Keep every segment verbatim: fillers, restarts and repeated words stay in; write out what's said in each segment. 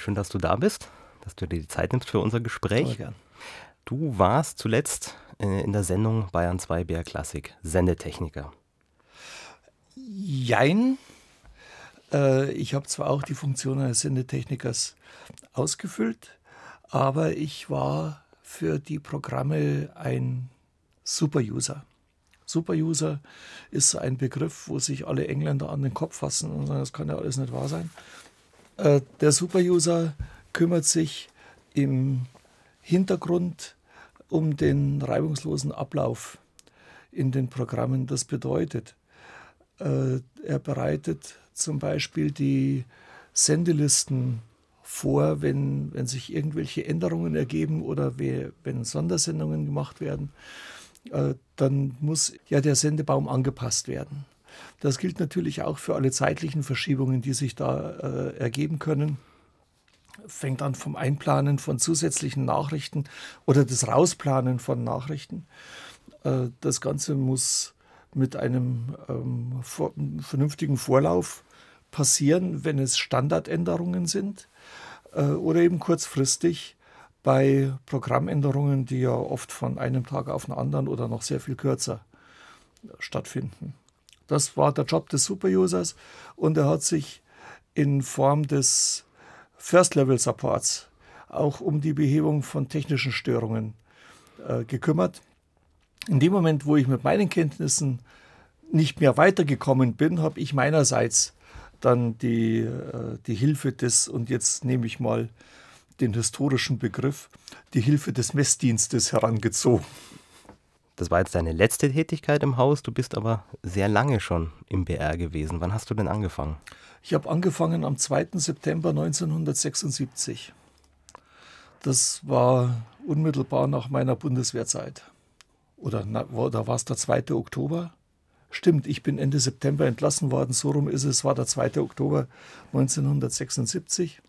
schön, dass du da bist, dass du dir die Zeit nimmst für unser Gespräch. Aber gern. Du warst zuletzt äh, in der Sendung Bayern zwei B R Klassik, Sendetechniker. Jein. Äh, ich habe zwar auch die Funktion eines Sendetechnikers ausgefüllt, aber ich war für die Programme ein Superuser. Superuser ist ein Begriff, wo sich alle Engländer an den Kopf fassen und sagen, das kann ja alles nicht wahr sein. Äh, der Superuser kümmert sich im Hintergrund um den reibungslosen Ablauf in den Programmen. Das bedeutet, äh, er bereitet zum Beispiel die Sendelisten vor, wenn, wenn sich irgendwelche Änderungen ergeben oder we, wenn Sondersendungen gemacht werden, äh, dann muss ja der Sendebaum angepasst werden. Das gilt natürlich auch für alle zeitlichen Verschiebungen, die sich da äh, ergeben können. Fängt an vom Einplanen von zusätzlichen Nachrichten oder das Rausplanen von Nachrichten. Äh, das Ganze muss mit einem ähm, vor, vernünftigen Vorlauf passieren, wenn es Standardänderungen sind äh, oder eben kurzfristig bei Programmänderungen, die ja oft von einem Tag auf den anderen oder noch sehr viel kürzer stattfinden. Das war der Job des Superusers und er hat sich in Form des First-Level-Supports auch um die Behebung von technischen Störungen äh, gekümmert. In dem Moment, wo ich mit meinen Kenntnissen nicht mehr weitergekommen bin, habe ich meinerseits dann die, äh, die Hilfe des, und jetzt nehme ich mal den historischen Begriff, die Hilfe des Messdienstes herangezogen. Das war jetzt deine letzte Tätigkeit im Haus, du bist aber sehr lange schon im B R gewesen. Wann hast du denn angefangen? Ich habe angefangen am zweiten September neunzehnhundertsechsundsiebzig. Das war unmittelbar nach meiner Bundeswehrzeit. Oder, oder war es der zweite Oktober? Stimmt, ich bin Ende September entlassen worden, so rum ist es, war der zweite Oktober neunzehnhundertsechsundsiebzig.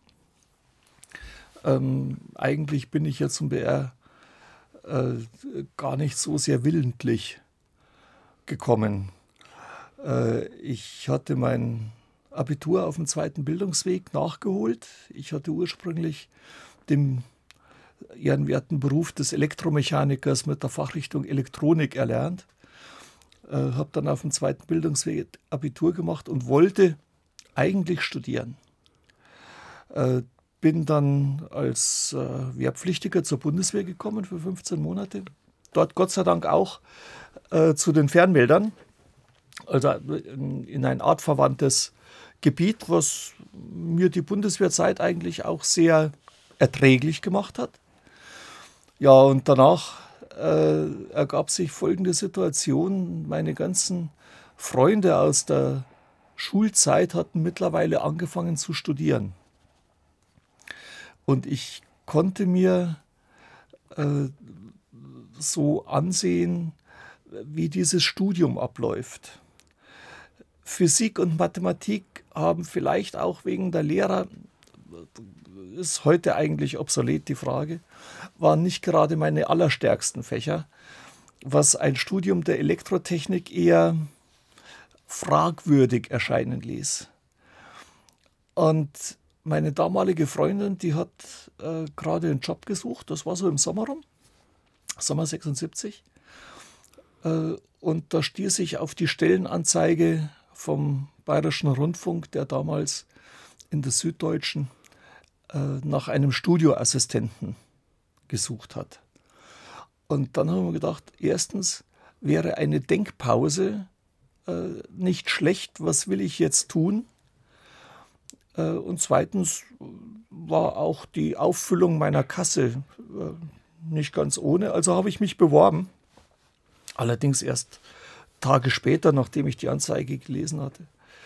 Ähm, eigentlich bin ich ja zum B R äh, gar nicht so sehr willentlich gekommen. Äh, ich hatte mein Abitur auf dem zweiten Bildungsweg nachgeholt. Ich hatte ursprünglich den ehrenwerten Beruf des Elektromechanikers mit der Fachrichtung Elektronik erlernt. Äh, habe dann auf dem zweiten Bildungsweg Abitur gemacht und wollte eigentlich studieren. Äh, bin dann als äh, Wehrpflichtiger zur Bundeswehr gekommen für fünfzehn Monate. Dort Gott sei Dank auch äh, zu den Fernmeldern, also in, in ein artverwandtes Gebiet, was mir die Bundeswehrzeit eigentlich auch sehr erträglich gemacht hat. Ja, und danach äh, ergab sich folgende Situation. Meine ganzen Freunde aus der Schulzeit hatten mittlerweile angefangen zu studieren. Und ich konnte mir äh, so ansehen, wie dieses Studium abläuft. Physik und Mathematik haben vielleicht auch wegen der Lehrer, ist heute eigentlich obsolet die Frage, waren nicht gerade meine allerstärksten Fächer, was ein Studium der Elektrotechnik eher fragwürdig erscheinen ließ. Und meine damalige Freundin, die hat äh, gerade einen Job gesucht, das war so im Sommer rum, Sommer sechsundsiebzig. Äh, und da stieß ich auf die Stellenanzeige vom Bayerischen Rundfunk, der damals in der Süddeutschen äh, nach einem Studioassistenten gesucht hat. Und dann haben wir gedacht, erstens wäre eine Denkpause äh, nicht schlecht, was will ich jetzt tun? Und zweitens war auch die Auffüllung meiner Kasse nicht ganz ohne. Also habe ich mich beworben. Allerdings erst Tage später, nachdem ich die Anzeige gelesen hatte.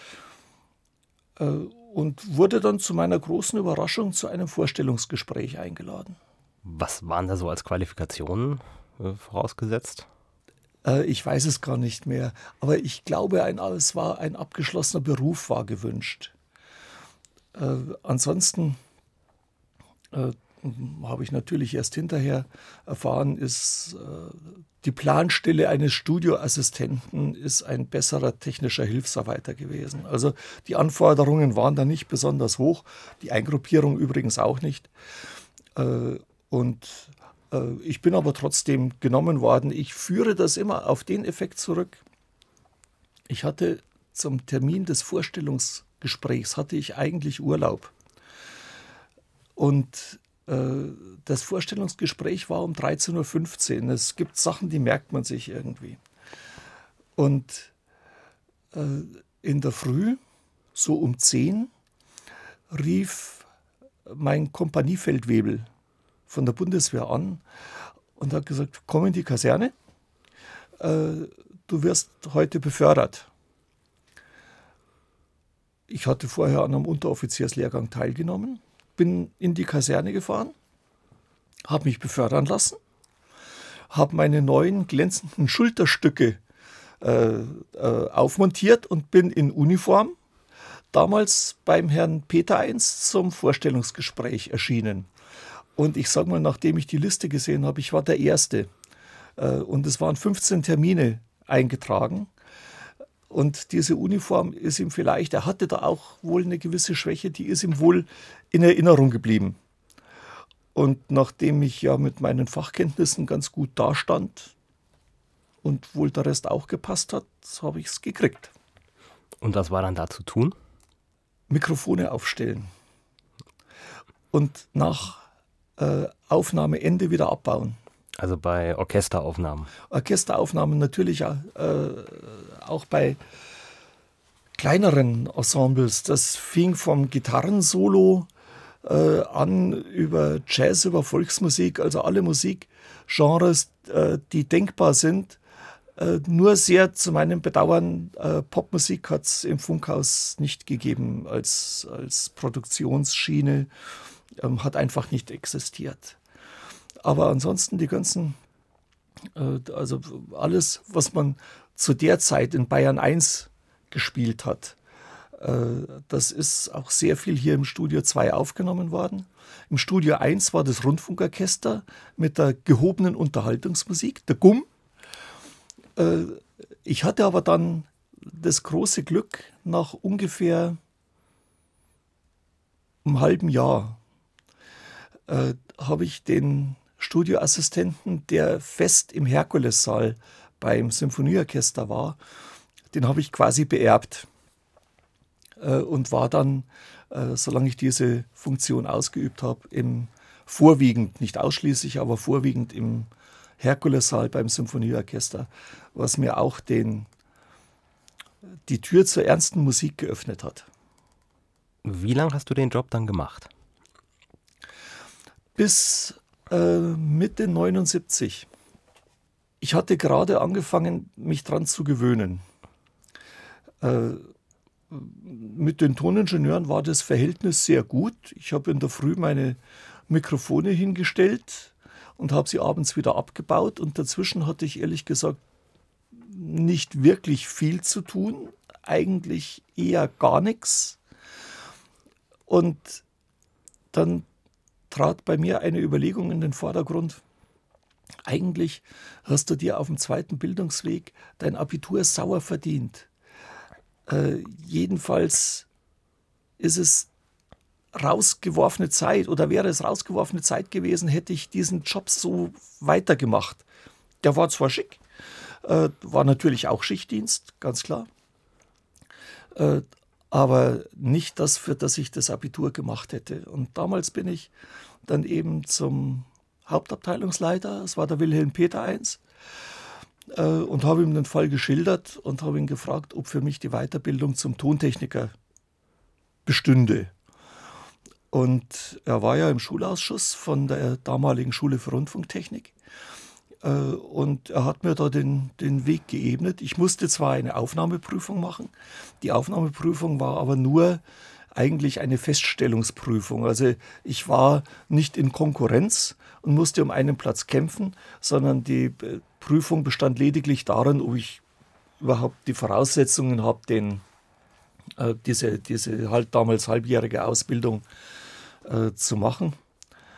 Und wurde dann zu meiner großen Überraschung zu einem Vorstellungsgespräch eingeladen. Was waren da so als Qualifikationen äh, vorausgesetzt? Ich weiß es gar nicht mehr. Aber ich glaube, ein, es war ein abgeschlossener Beruf war gewünscht. Äh, ansonsten äh, habe ich natürlich erst hinterher erfahren, ist äh, die Planstelle eines Studioassistenten ist ein besserer technischer Hilfsarbeiter gewesen. Also die Anforderungen waren da nicht besonders hoch, die Eingruppierung übrigens auch nicht. Äh, und äh, ich bin aber trotzdem genommen worden. Ich führe das immer auf den Effekt zurück. Ich hatte zum Termin des Vorstellungsgesprächs hatte ich eigentlich Urlaub. Und das Vorstellungsgespräch war um dreizehn Uhr fünfzehn. Es gibt Sachen, die merkt man sich irgendwie. Und äh, in der Früh, so um zehn, rief mein Kompaniefeldwebel von der Bundeswehr an und hat gesagt, komm in die Kaserne, äh, du wirst heute befördert. Ich hatte vorher an einem Unteroffizierslehrgang teilgenommen, bin in die Kaserne gefahren, habe mich befördern lassen, habe meine neuen glänzenden Schulterstücke äh, äh, aufmontiert und bin in Uniform damals beim Herrn Peter eins zum Vorstellungsgespräch erschienen. Und ich sage mal, nachdem ich die Liste gesehen habe, ich war der Erste. Äh, und es waren fünfzehn Termine eingetragen. Und diese Uniform ist ihm vielleicht, er hatte da auch wohl eine gewisse Schwäche, die ist ihm wohl in Erinnerung geblieben. Und nachdem ich ja mit meinen Fachkenntnissen ganz gut dastand und wohl der Rest auch gepasst hat, habe ich es gekriegt. Und was war dann da zu tun? Mikrofone aufstellen. Und nach äh, Aufnahmeende wieder abbauen. Also bei Orchesteraufnahmen? Orchesteraufnahmen natürlich äh, auch bei kleineren Ensembles. Das fing vom Gitarrensolo äh, an über Jazz, über Volksmusik, also alle Musikgenres, äh, die denkbar sind. Äh, nur sehr zu meinem Bedauern, äh, Popmusik hat es im Funkhaus nicht gegeben als, als Produktionsschiene, ähm, hat einfach nicht existiert. Aber ansonsten die ganzen, äh, also alles, was man zu der Zeit in Bayern eins gespielt hat, äh, das ist auch sehr viel hier im Studio zwei aufgenommen worden. Im Studio eins war das Rundfunkorchester mit der gehobenen Unterhaltungsmusik, der G U M. Äh, ich hatte aber dann das große Glück, nach ungefähr einem halben Jahr äh, habe ich den Studioassistenten, der fest im Herkulessaal beim Symphonieorchester war, den habe ich quasi beerbt äh, und war dann, äh, solange ich diese Funktion ausgeübt habe, im vorwiegend, nicht ausschließlich, aber vorwiegend im Herkulessaal beim Symphonieorchester, was mir auch den, die Tür zur ernsten Musik geöffnet hat. Wie lange hast du den Job dann gemacht? Bis äh, Mitte neunundsiebzig. Ich hatte gerade angefangen, mich dran zu gewöhnen. Äh, mit den Toningenieuren war das Verhältnis sehr gut. Ich habe in der Früh meine Mikrofone hingestellt und habe sie abends wieder abgebaut. Und dazwischen hatte ich ehrlich gesagt nicht wirklich viel zu tun. Eigentlich eher gar nichts. Und dann trat bei mir eine Überlegung in den Vordergrund. Eigentlich hast du dir auf dem zweiten Bildungsweg dein Abitur sauer verdient. Äh, jedenfalls ist es rausgeworfene Zeit oder wäre es rausgeworfene Zeit gewesen, hätte ich diesen Job so weitergemacht. Der war zwar schick, äh, war natürlich auch Schichtdienst, ganz klar, äh, aber nicht das, für das ich das Abitur gemacht hätte. Und damals bin ich dann eben zum Hauptabteilungsleiter, es war der Wilhelm Peter eins, äh, und habe ihm den Fall geschildert und habe ihn gefragt, ob für mich die Weiterbildung zum Tontechniker bestünde. Und er war ja im Schulausschuss von der damaligen Schule für Rundfunktechnik. Äh, und er hat mir da den, den Weg geebnet. Ich musste zwar eine Aufnahmeprüfung machen, die Aufnahmeprüfung war aber nur eigentlich eine Feststellungsprüfung. Also ich war nicht in Konkurrenz und musste um einen Platz kämpfen, sondern die Prüfung bestand lediglich darin, ob ich überhaupt die Voraussetzungen habe, den, äh, diese, diese halt damals halbjährige Ausbildung äh, zu machen.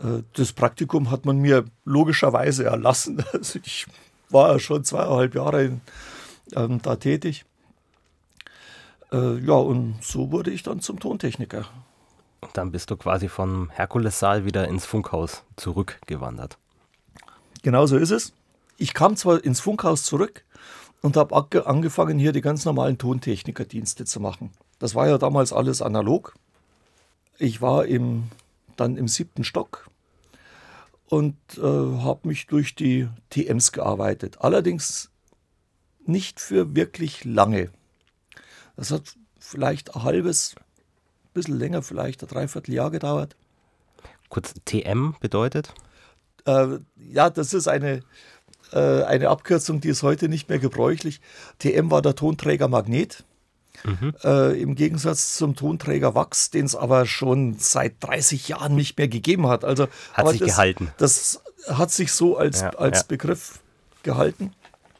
Das Praktikum hat man mir logischerweise erlassen. Also ich war ja schon zweieinhalb Jahre in, ähm, da tätig. Äh, ja, und so wurde ich dann zum Tontechniker. Und dann bist du quasi vom Herkulessaal wieder ins Funkhaus zurückgewandert. Genau so ist es. Ich kam zwar ins Funkhaus zurück und habe angefangen, hier die ganz normalen Tontechnikerdienste zu machen. Das war ja damals alles analog. Ich war im, dann im siebten Stock und äh, habe mich durch die T Ms gearbeitet. Allerdings nicht für wirklich lange. Das hat vielleicht ein halbes, bisschen länger, vielleicht ein Dreivierteljahr gedauert. Kurz, T M bedeutet? Äh, ja, das ist eine, äh, eine Abkürzung, die ist heute nicht mehr gebräuchlich. T M war der Tonträger Magnet. Mhm. Äh, im Gegensatz zum Tonträger Wachs, den es aber schon seit dreißig Jahren nicht mehr gegeben hat. Also, hat sich das, gehalten. Das hat sich so als, ja, als ja. Begriff gehalten.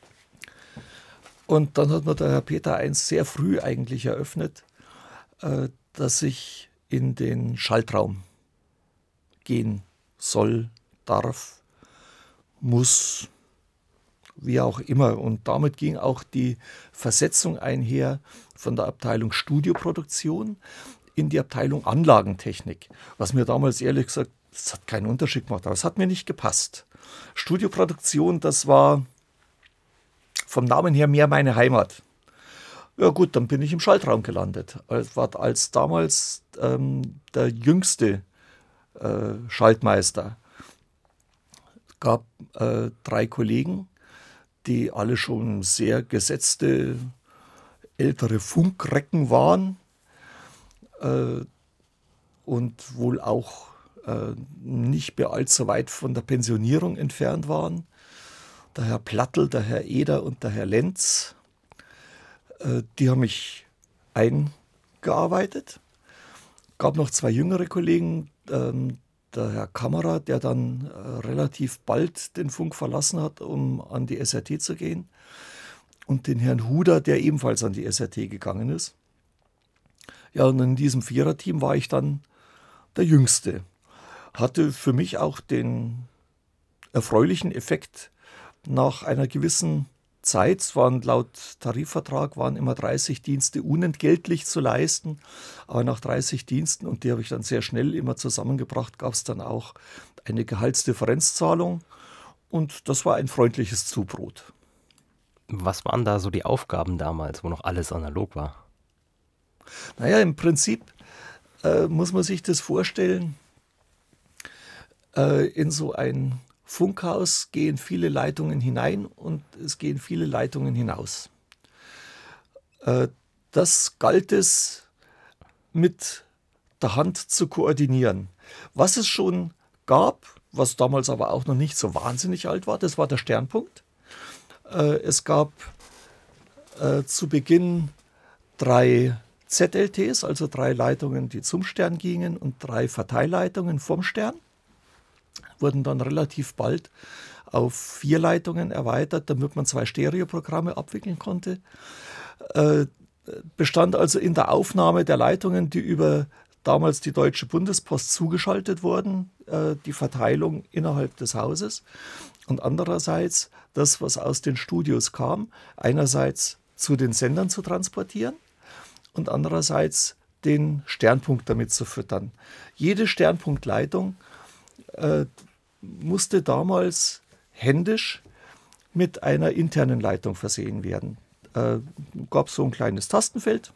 Und dann hat mir der Herr Peter eins sehr früh eigentlich eröffnet, äh, dass ich in den Schaltraum gehen soll, darf, muss, wie auch immer. Und damit ging auch die Versetzung einher von der Abteilung Studioproduktion in die Abteilung Anlagentechnik. Was mir damals ehrlich gesagt, das hat keinen Unterschied gemacht, aber es hat mir nicht gepasst. Studioproduktion, das war vom Namen her mehr meine Heimat. Ja gut, dann bin ich im Schaltraum gelandet. Als, war als damals ähm, der jüngste äh, Schaltmeister. Es gab äh, drei Kollegen, die alle schon sehr gesetzte ältere Funkrecken waren äh, und wohl auch äh, nicht mehr allzu weit von der Pensionierung entfernt waren. Der Herr Plattl, der Herr Eder und der Herr Lenz, äh, die haben mich eingearbeitet. Gab noch zwei jüngere Kollegen, ähm, der Herr Kammerer, der dann äh, relativ bald den Funk verlassen hat, um an die S R T zu gehen. Und den Herrn Huder, der ebenfalls an die S R T gegangen ist. Ja, und in diesem Viererteam war ich dann der Jüngste. Hatte für mich auch den erfreulichen Effekt, nach einer gewissen Zeit, es waren laut Tarifvertrag, waren immer dreißig Dienste unentgeltlich zu leisten, aber nach dreißig Diensten, und die habe ich dann sehr schnell immer zusammengebracht, gab es dann auch eine Gehaltsdifferenzzahlung und das war ein freundliches Zubrot. Was waren da so die Aufgaben damals, wo noch alles analog war? Naja, im Prinzip äh, muss man sich das vorstellen, äh, in so ein Funkhaus gehen viele Leitungen hinein und es gehen viele Leitungen hinaus. Äh, das galt es mit der Hand zu koordinieren. Was es schon gab, was damals aber auch noch nicht so wahnsinnig alt war, das war der Sternpunkt. Es gab äh, zu Beginn drei Z L Ts, also drei Leitungen, die zum Stern gingen und drei Verteilleitungen vom Stern. Wurden dann relativ bald auf vier Leitungen erweitert, damit man zwei Stereoprogramme abwickeln konnte. Äh, bestand also in der Aufnahme der Leitungen, die über damals die Deutsche Bundespost zugeschaltet wurden, äh, die Verteilung innerhalb des Hauses. Und andererseits das, was aus den Studios kam, einerseits zu den Sendern zu transportieren und andererseits den Sternpunkt damit zu füttern. Jede Sternpunktleitung äh, musste damals händisch mit einer internen Leitung versehen werden. Äh, gab so ein kleines Tastenfeld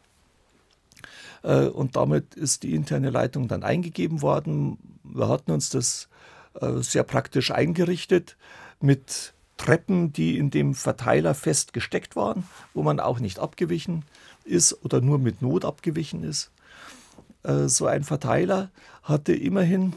äh, und damit ist die interne Leitung dann eingegeben worden. Wir hatten uns das äh, sehr praktisch eingerichtet mit Treppen, die in dem Verteiler fest gesteckt waren, wo man auch nicht abgewichen ist oder nur mit Not abgewichen ist. Äh, so ein Verteiler hatte immerhin,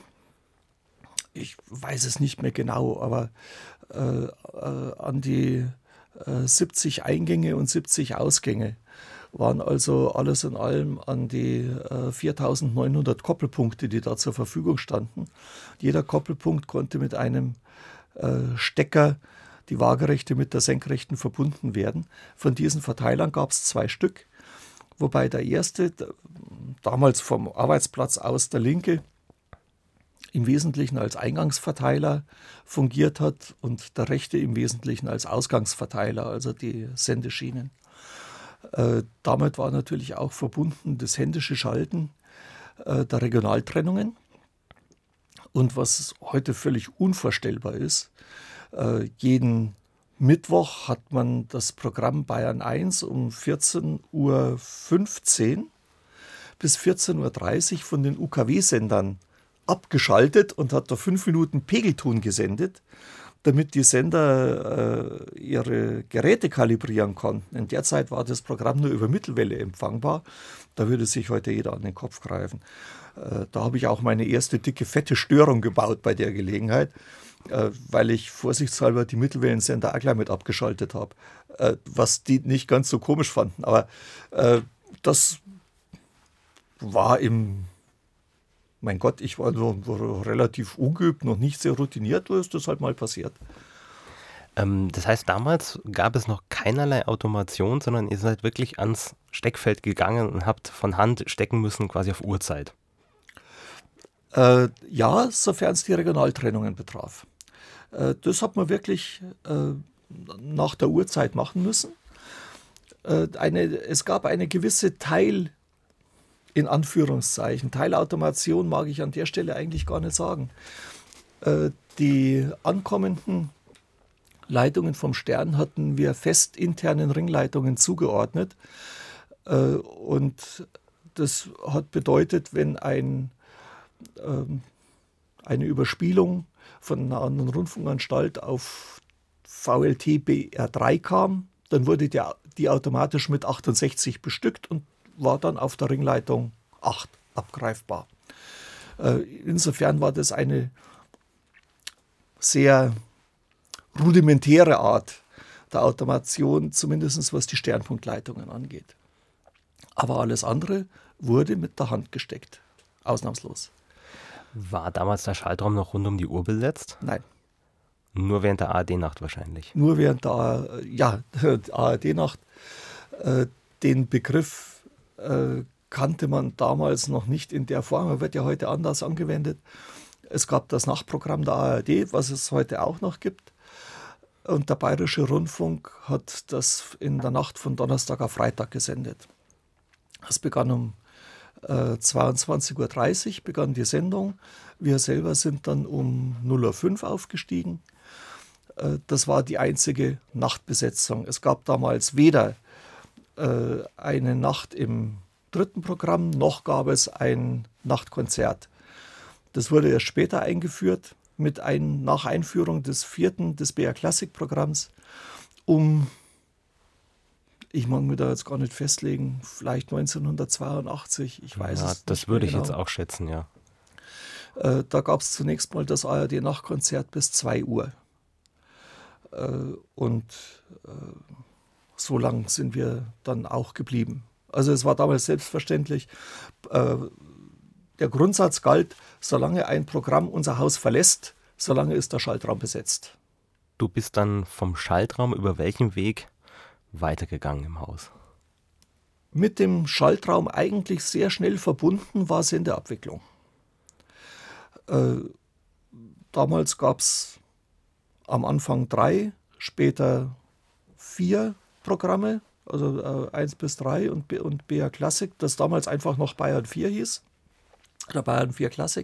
ich weiß es nicht mehr genau, aber äh, äh, an die äh, siebzig Eingänge und siebzig Ausgänge, waren also alles in allem an die äh, viertausendneunhundert Koppelpunkte, die da zur Verfügung standen. Jeder Koppelpunkt konnte mit einem äh, Stecker, die waagerechte mit der senkrechten, verbunden werden. Von diesen Verteilern gab es zwei Stück, wobei der erste, damals vom Arbeitsplatz aus der linke, im Wesentlichen als Eingangsverteiler fungiert hat und der rechte im Wesentlichen als Ausgangsverteiler, also die Sendeschienen. Äh, damit war natürlich auch verbunden das händische Schalten äh, der Regionaltrennungen. Und was heute völlig unvorstellbar ist, äh, jeden Mittwoch hat man das Programm Bayern eins um vierzehn Uhr fünfzehn bis vierzehn Uhr dreißig von den U K W-Sendern abgeschaltet und hat da fünf Minuten Pegelton gesendet, damit die Sender äh, ihre Geräte kalibrieren konnten. In der Zeit war das Programm nur über Mittelwelle empfangbar. Da würde sich heute jeder an den Kopf greifen. Äh, da habe ich auch meine erste dicke, fette Störung gebaut bei der Gelegenheit, äh, weil ich vorsichtshalber die Mittelwellensender auch gleich mit abgeschaltet habe, äh, was die nicht ganz so komisch fanden. Aber äh, das war im Mein Gott, ich war so, so relativ ungeübt, noch nicht sehr routiniert, da ist das halt mal passiert. Ähm, das heißt, damals gab es noch keinerlei Automation, sondern ihr seid wirklich ans Steckfeld gegangen und habt von Hand stecken müssen, quasi auf Uhrzeit. Äh, ja, sofern es die Regionaltrennungen betraf. Äh, das hat man wirklich äh, nach der Uhrzeit machen müssen. Äh, eine, es gab eine gewisse Teil- in Anführungszeichen. Teilautomation mag ich an der Stelle eigentlich gar nicht sagen. Äh, die ankommenden Leitungen vom Stern hatten wir fest internen Ringleitungen zugeordnet. Äh, und das hat bedeutet, wenn ein, ähm, eine Überspielung von einer anderen Rundfunkanstalt auf V L T B R drei kam, dann wurde der, die automatisch mit achtundsechzig bestückt und war dann auf der Ringleitung acht abgreifbar. Äh, insofern war das eine sehr rudimentäre Art der Automation, zumindest was die Sternpunktleitungen angeht. Aber alles andere wurde mit der Hand gesteckt, ausnahmslos. War damals der Schaltraum noch rund um die Uhr besetzt? Nein. Nur während der A R D-Nacht wahrscheinlich. Nur während der, ja, der A R D-Nacht. Äh, den Begriff äh, kannte man damals noch nicht in der Form. Er wird ja heute anders angewendet. Es gab das Nachtprogramm der A R D, was es heute auch noch gibt. Und der Bayerische Rundfunk hat das in der Nacht von Donnerstag auf Freitag gesendet. Es begann um äh, zweiundzwanzig Uhr dreißig begann die Sendung. Wir selber sind dann um null Uhr fünf aufgestiegen. Äh, das war die einzige Nachtbesetzung. Es gab damals weder äh, eine Nacht im dritten Programm, noch gab es ein Nachtkonzert. Das wurde erst später eingeführt, mit ein, nach Einführung des vierten, des B R Classic Programms, um, ich mag mich da jetzt gar nicht festlegen, vielleicht neunzehnhundertzweiundachtzig, ich weiß ja, es das nicht würde mehr ich jetzt genau. auch schätzen, ja. Äh, da gab es zunächst mal das A R D-Nachtkonzert bis zwei Uhr. Äh, und äh, so lang sind wir dann auch geblieben. Also es war damals selbstverständlich, äh, der Grundsatz galt, solange ein Programm unser Haus verlässt, solange ist der Schaltraum besetzt. Du bist dann vom Schaltraum über welchen Weg weitergegangen im Haus? Mit dem Schaltraum eigentlich sehr schnell verbunden war Sendeabwicklung. Äh, damals gab es am Anfang drei, später vier Programme, also äh, eins bis drei und, B- und B R Classic, das damals einfach noch Bayern vier hieß. Der Bayern vier Classic,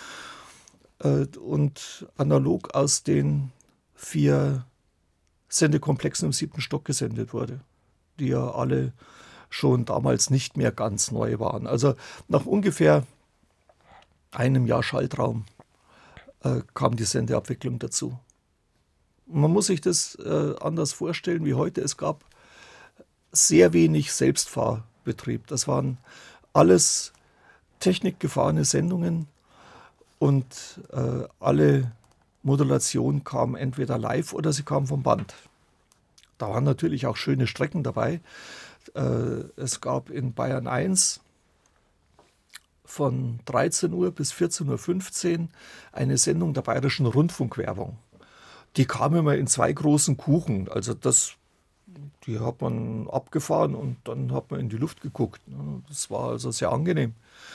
äh, und analog aus den vier Sendekomplexen im siebten Stock gesendet wurde, die ja alle schon damals nicht mehr ganz neu waren. Also nach ungefähr einem Jahr Schaltraum äh, kam die Sendeabwicklung dazu. Man muss sich das äh, anders vorstellen wie heute. Es gab sehr wenig Selbstfahrbetrieb. Das waren alles technikgefahrene Sendungen und äh, alle Modulation kam entweder live oder sie kam vom Band. Da waren natürlich auch schöne Strecken dabei. Äh, es gab in Bayern eins von dreizehn Uhr bis vierzehn Uhr fünfzehn eine Sendung der Bayerischen Rundfunkwerbung. Die kam immer in zwei großen Kuchen. Also das, die hat man abgefahren und dann hat man in die Luft geguckt. Das war also sehr angenehm.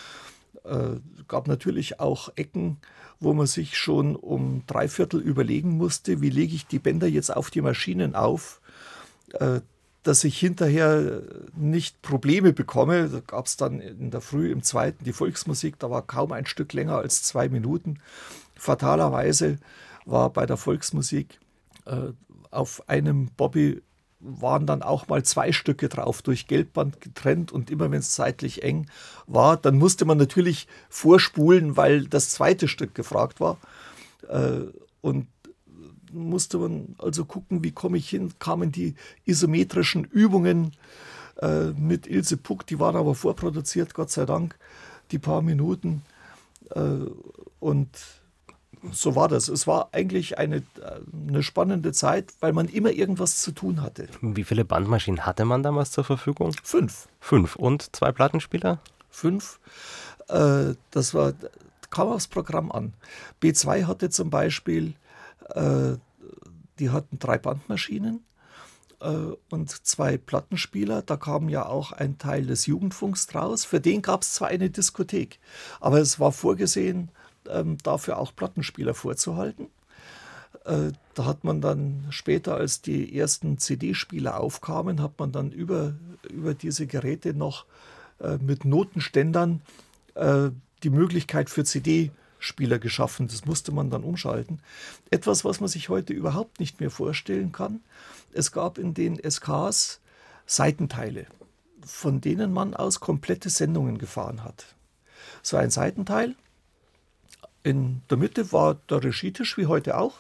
Äh, gab natürlich auch Ecken, wo man sich schon um drei Viertel überlegen musste, wie lege ich die Bänder jetzt auf die Maschinen auf, äh, dass ich hinterher nicht Probleme bekomme. Da gab es dann in der Früh im zweiten die Volksmusik, da war kaum ein Stück länger als zwei Minuten. Fatalerweise war bei der Volksmusik äh, auf einem Bobby waren dann auch mal zwei Stücke drauf, durch Gelbband getrennt, und immer wenn es zeitlich eng war, dann musste man natürlich vorspulen, weil das zweite Stück gefragt war. Äh, und musste man also gucken, wie komme ich hin, kamen die isometrischen Übungen äh, mit Ilse Puck, die waren aber vorproduziert, Gott sei Dank, die paar Minuten. Äh, und so war das. Es war eigentlich eine, eine spannende Zeit, weil man immer irgendwas zu tun hatte. Wie viele Bandmaschinen hatte man damals zur Verfügung? Fünf. Fünf. Und zwei Plattenspieler? Fünf. Äh, das war, kam aufs Programm an. B zwei hatte zum Beispiel, äh, die hatten drei Bandmaschinen äh, und zwei Plattenspieler. Da kam ja auch ein Teil des Jugendfunks draus. Für den gab es zwar eine Diskothek, aber es war vorgesehen, ähm, dafür auch Plattenspieler vorzuhalten. Äh, da hat man dann später, als die ersten C D-Spieler aufkamen, hat man dann über, über diese Geräte noch äh, mit Notenständern äh, die Möglichkeit für C D-Spieler geschaffen. Das musste man dann umschalten. Etwas, was man sich heute überhaupt nicht mehr vorstellen kann. Es gab in den S Ks Seitenteile, von denen man aus komplette Sendungen gefahren hat. So ein Seitenteil. In der Mitte war der Regietisch, wie heute auch.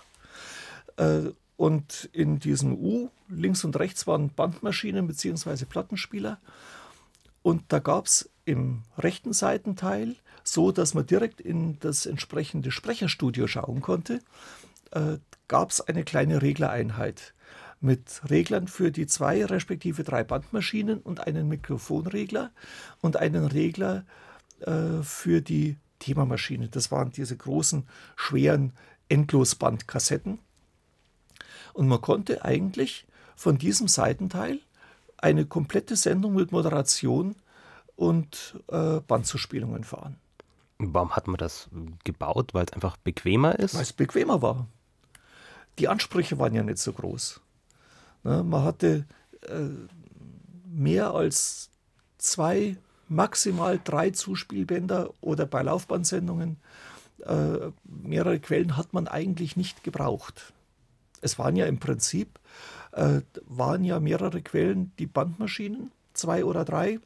Und in diesem U, links und rechts, waren Bandmaschinen bzw. Plattenspieler. Und da gab es im rechten Seitenteil, so dass man direkt in das entsprechende Sprecherstudio schauen konnte, äh, gab es eine kleine Reglereinheit mit Reglern für die zwei respektive drei Bandmaschinen und einen Mikrofonregler und einen Regler äh, für die Themamaschine. Das waren diese großen, schweren Endlosbandkassetten. Und man konnte eigentlich von diesem Seitenteil eine komplette Sendung mit Moderation und äh, Bandzuspielungen fahren. Warum hat man das gebaut? Weil es einfach bequemer ist? Weil es bequemer war. Die Ansprüche waren ja nicht so groß. Ne, man hatte äh, mehr als zwei, maximal drei Zuspielbänder oder bei Laufbandsendungen äh, mehrere Quellen hat man eigentlich nicht gebraucht. Es waren ja im Prinzip äh, waren ja mehrere Quellen, die Bandmaschinen, zwei oder drei,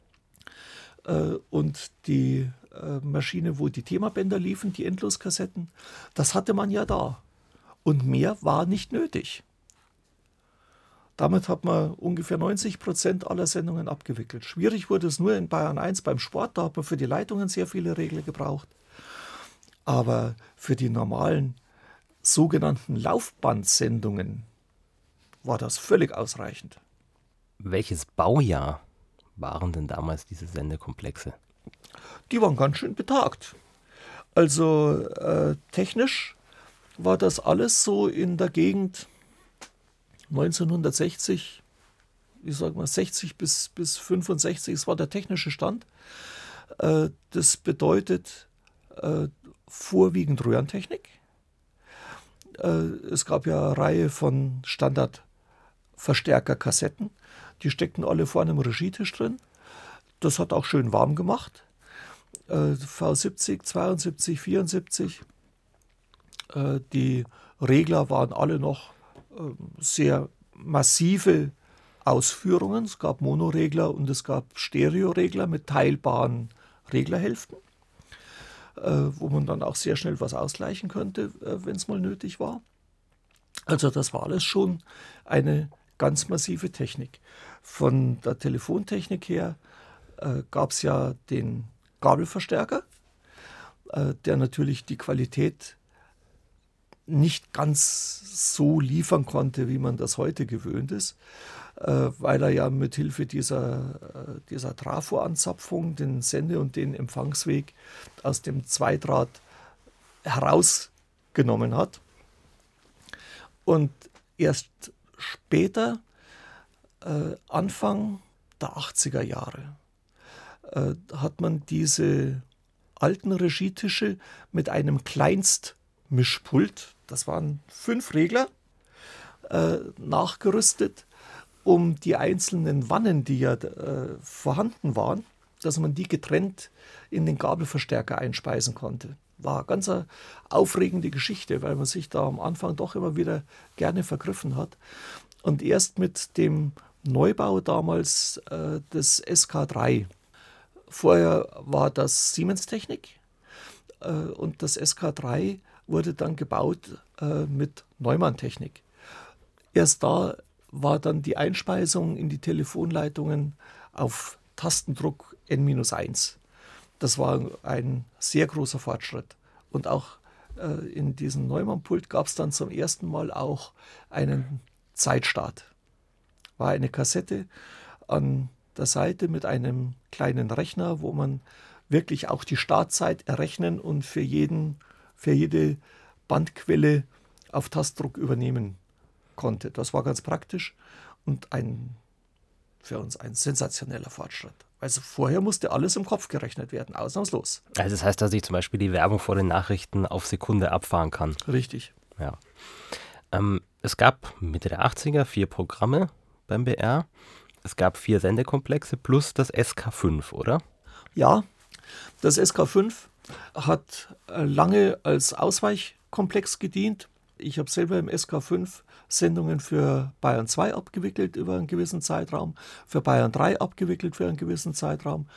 äh, und die äh, Maschine, wo die Themabänder liefen, die Endloskassetten, das hatte man ja da. Und mehr war nicht nötig. Damit hat man ungefähr neunzig Prozent aller Sendungen abgewickelt. Schwierig wurde es nur in Bayern eins beim Sport, da hat man für die Leitungen sehr viele Regler gebraucht. Aber für die normalen sogenannten Laufbandsendungen war das völlig ausreichend. Welches Baujahr waren denn damals diese Sendekomplexe? Die waren ganz schön betagt. Also äh, technisch war das alles so in der Gegend neunzehnhundertsechzig, ich sag mal sechzig bis, bis fünfundsechzig, das war der technische Stand. Äh, das bedeutet äh, vorwiegend Röhrentechnik. Äh, es gab ja eine Reihe von Standardverstärkerkassetten, die steckten alle vorne im Regietisch drin. Das hat auch schön warm gemacht. Äh, V siebzig, zweiundsiebzig, vierundsiebzig. Äh, die Regler waren alle noch äh, sehr massive Ausführungen. Es gab Monoregler und es gab Stereoregler mit teilbaren Reglerhälften, äh, wo man dann auch sehr schnell was ausgleichen könnte, äh, wenn es mal nötig war. Also das war alles schon eine ganz massive Technik. Von der Telefontechnik her äh, gab es ja den Gabelverstärker, äh, der natürlich die Qualität nicht ganz so liefern konnte, wie man das heute gewöhnt ist, äh, weil er ja mit Hilfe dieser, äh, dieser Trafo-Anzapfung den Sende- und den Empfangsweg aus dem Zweidraht herausgenommen hat. Und erst später, äh, Anfang der achtziger Jahre, äh, hat man diese alten Regietische mit einem Kleinstmischpult, das waren fünf Regler, äh, nachgerüstet, um die einzelnen Wannen, die ja äh, vorhanden waren, dass man die getrennt in den Gabelverstärker einspeisen konnte. War eine ganz eine aufregende Geschichte, weil man sich da am Anfang doch immer wieder gerne vergriffen hat. Und erst mit dem Neubau damals äh, des S K drei, vorher war das Siemens-Technik äh, und das S K drei wurde dann gebaut äh, mit Neumann-Technik. Erst da war dann die Einspeisung in die Telefonleitungen auf Tastendruck N eins. Das war ein sehr großer Fortschritt. Und auch äh, in diesem Neumann-Pult gab es dann zum ersten Mal auch einen Zeitstart. War eine Kassette an der Seite mit einem kleinen Rechner, wo man wirklich auch die Startzeit errechnen und für, jeden, für jede Bandquelle auf Tastdruck übernehmen konnte. Das war ganz praktisch und ein, für uns ein sensationeller Fortschritt. Also vorher musste alles im Kopf gerechnet werden, ausnahmslos. Also das heißt, dass ich zum Beispiel die Werbung vor den Nachrichten auf Sekunde abfahren kann. Richtig. Ja. Ähm, es gab Mitte der achtziger vier Programme beim B R. Es gab vier Sendekomplexe plus das S K fünf, oder? Ja, das S K fünf hat lange als Ausweichkomplex gedient. Ich habe selber im S K fünf Sendungen für Bayern zwei abgewickelt über einen gewissen Zeitraum, für Bayern drei abgewickelt für einen gewissen Zeitraum.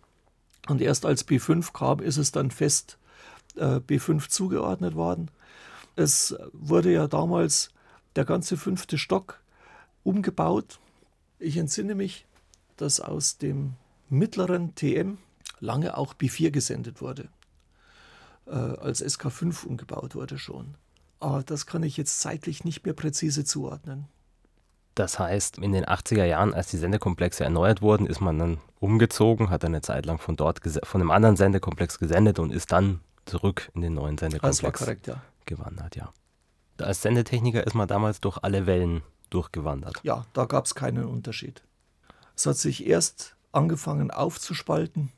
Und erst als B fünf kam, ist es dann fest äh, B fünf zugeordnet worden. Es wurde ja damals der ganze fünfte Stock umgebaut. Ich entsinne mich, dass aus dem mittleren T M lange auch B vier gesendet wurde, äh, als S K fünf umgebaut wurde schon. Aber das kann ich jetzt zeitlich nicht mehr präzise zuordnen. Das heißt, in den achtziger Jahren, als die Sendekomplexe erneuert wurden, ist man dann umgezogen, hat eine Zeit lang von dort, von einem anderen Sendekomplex gesendet und ist dann zurück in den neuen Sendekomplex das war korrekt, ja. gewandert. Ja. Als Sendetechniker ist man damals durch alle Wellen durchgewandert. Ja, da gab es keinen Unterschied. Es hat sich erst angefangen aufzuspalten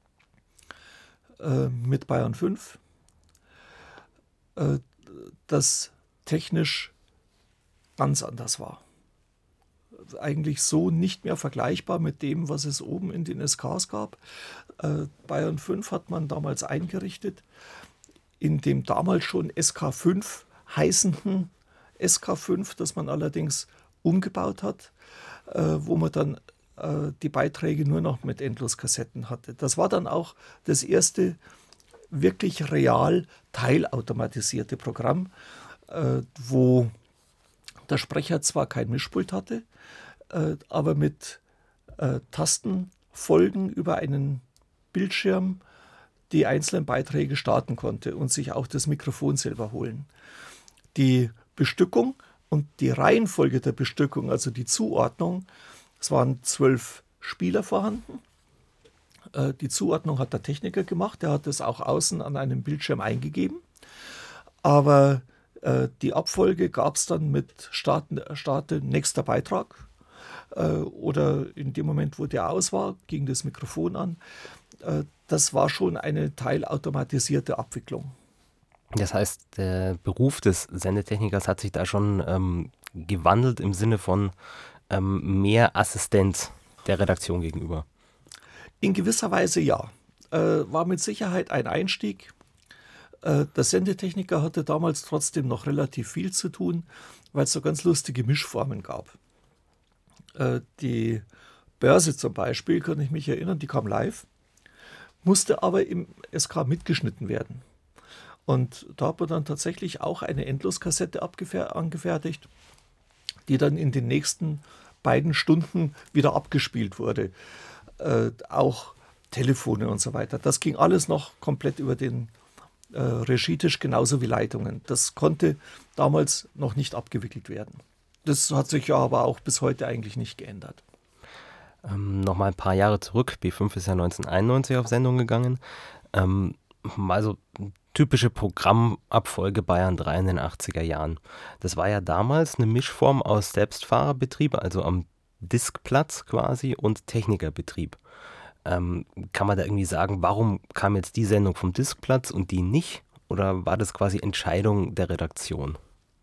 äh, mit Bayern fünf. Äh, das technisch ganz anders war. Eigentlich so nicht mehr vergleichbar mit dem, was es oben in den S Ks gab. Äh, Bayern fünf hat man damals eingerichtet, in dem damals schon S K fünf heißenden S K fünf, das man allerdings umgebaut hat, äh, wo man dann äh, die Beiträge nur noch mit Endloskassetten hatte. Das war dann auch das erste wirklich real teilautomatisierte Programm, äh, wo der Sprecher zwar kein Mischpult hatte, äh, aber mit äh, Tastenfolgen über einen Bildschirm die einzelnen Beiträge starten konnte und sich auch das Mikrofon selber holen. Die Bestückung und die Reihenfolge der Bestückung, also die Zuordnung, es waren zwölf Spieler vorhanden. Die Zuordnung hat der Techniker gemacht, der hat das auch außen an einem Bildschirm eingegeben. Aber äh, die Abfolge gab es dann mit Starten, Starte nächster Beitrag. Äh, oder in dem Moment, wo der aus war, ging das Mikrofon an. Äh, das war schon eine teilautomatisierte Abwicklung. Das heißt, der Beruf des Sendetechnikers hat sich da schon ähm, gewandelt im Sinne von ähm, mehr Assistenz der Redaktion gegenüber. In gewisser Weise ja. Äh, war mit Sicherheit ein Einstieg. Äh, der Sendetechniker hatte damals trotzdem noch relativ viel zu tun, weil es so ganz lustige Mischformen gab. Äh, die Börse zum Beispiel, kann ich mich erinnern, die kam live, musste aber im S K mitgeschnitten werden. Und da hat man dann tatsächlich auch eine Endloskassette abgefer- angefertigt, die dann in den nächsten beiden Stunden wieder abgespielt wurde. Äh, auch Telefone und so weiter. Das ging alles noch komplett über den äh, Regietisch, genauso wie Leitungen. Das konnte damals noch nicht abgewickelt werden. Das hat sich ja aber auch bis heute eigentlich nicht geändert. Ähm, Nochmal ein paar Jahre zurück. B fünf ist ja neunzehnhunderteinundneunzig auf Sendung gegangen. Ähm, also typische Programmabfolge Bayern drei in den achtziger Jahren. Das war ja damals eine Mischform aus Selbstfahrerbetrieb, also am Diskplatz quasi, und Technikerbetrieb. Ähm, kann man da irgendwie sagen, warum kam jetzt die Sendung vom Diskplatz und die nicht? Oder war das quasi Entscheidung der Redaktion?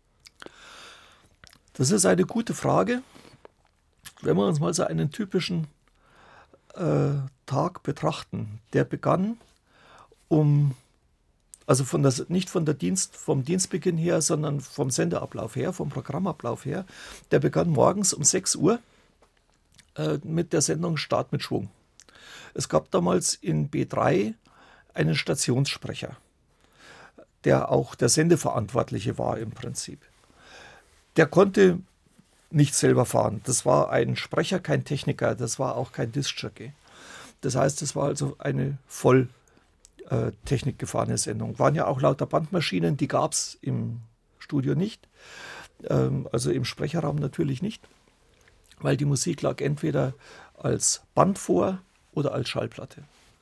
Das ist eine gute Frage. Wenn wir uns mal so einen typischen äh, Tag betrachten, der begann um, also von das, nicht von der Dienst, vom Dienstbeginn her, sondern vom Sendeablauf her, vom Programmablauf her, der begann morgens um sechs Uhr äh, mit der Sendung Start mit Schwung. Es gab damals in B drei einen Stationssprecher, der auch der Sendeverantwortliche war im Prinzip. Der konnte nicht selber fahren. Das war ein Sprecher, kein Techniker, das war auch kein Diskjockey. Das heißt, es war also eine voll äh, technikgefahrene Sendung. Waren ja auch lauter Bandmaschinen, die gab es im Studio nicht, ähm, also im Sprecherraum natürlich nicht, weil die Musik lag entweder als Band vor oder als Schallplatte.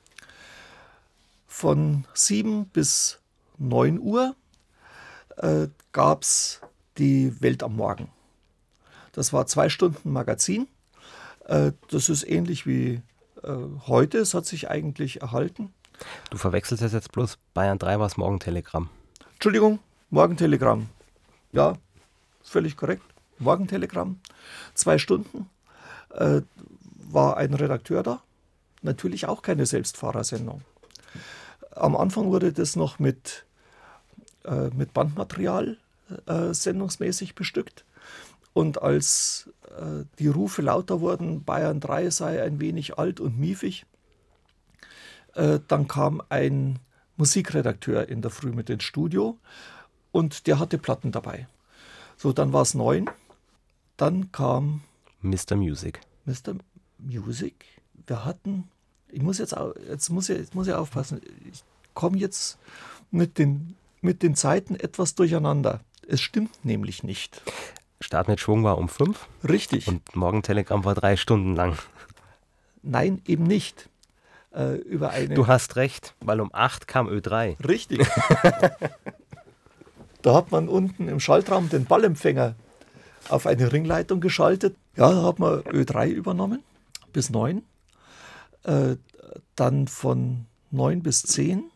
Von sieben bis neun Uhr äh, gab es die Welt am Morgen. Das war zwei Stunden Magazin. Äh, das ist ähnlich wie äh, heute. Es hat sich eigentlich erhalten. Du verwechselst das jetzt bloß. Bayern drei war das Morgentelegramm. Entschuldigung, Morgentelegramm. Ja, völlig korrekt. Morgentelegramm. Zwei Stunden. Äh, war ein Redakteur da. Natürlich auch keine Selbstfahrersendung. Am Anfang wurde das noch mit, äh, mit Bandmaterial äh, sendungsmäßig bestückt. Und als äh, die Rufe lauter wurden, Bayern drei sei ein wenig alt und miefig, äh, dann kam ein Musikredakteur in der Früh mit ins Studio und der hatte Platten dabei. So, dann war es neun. Dann kam Mister Music. Mister Music. Wir hatten, ich muss jetzt, jetzt muss ich, jetzt muss ich aufpassen, ich komme jetzt mit den, mit den Zeiten etwas durcheinander. Es stimmt nämlich nicht. Start mit Schwung war um fünf. Richtig. Und Morgentelegramm war drei Stunden lang. Nein, eben nicht. Äh, über eine Du hast recht, weil um acht kam Ö drei. Richtig. Da hat man unten im Schaltraum den Ballempfänger auf eine Ringleitung geschaltet. Ja, da hat man Ö drei übernommen bis neun. Äh, dann von neun bis zehn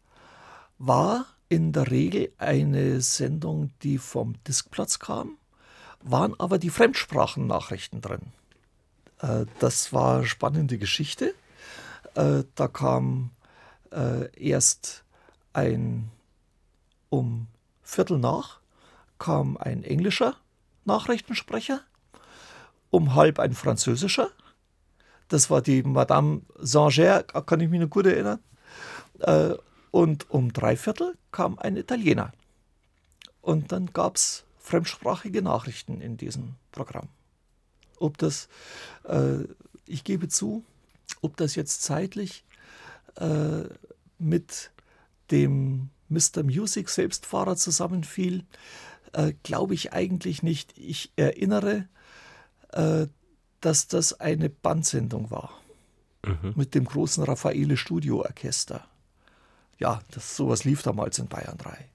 war in der Regel eine Sendung, die vom Diskplatz kam, waren aber die Fremdsprachennachrichten drin. Äh, das war eine spannende Geschichte. Äh, da kam äh, erst ein, um Viertel nach, kam ein englischer Nachrichtensprecher, um halb ein französischer. Das war die Madame Sanger, kann ich mich noch gut erinnern. Äh, und um drei Viertel kam ein Italiener. Und dann gab es fremdsprachige Nachrichten in diesem Programm. Ob das, äh, ich gebe zu, ob das jetzt zeitlich äh, mit dem Mister Music Selbstfahrer zusammenfiel, äh, glaube ich eigentlich nicht. Ich erinnere, äh, dass das eine Bandsendung war. Mhm. Mit dem großen Raffaele Studio Orchester. Ja, das, sowas lief damals in Bayern drei.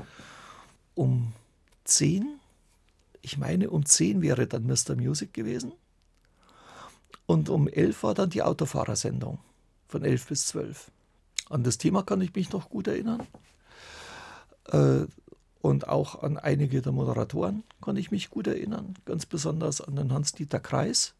Um zehn, ich meine um zehn wäre dann Mister Music gewesen. Und um elf war dann die Autofahrersendung, von elf bis zwölf. An das Thema kann ich mich noch gut erinnern. Äh, und auch an einige der Moderatoren kann ich mich gut erinnern. Ganz besonders an den Hans-Dieter Kreis.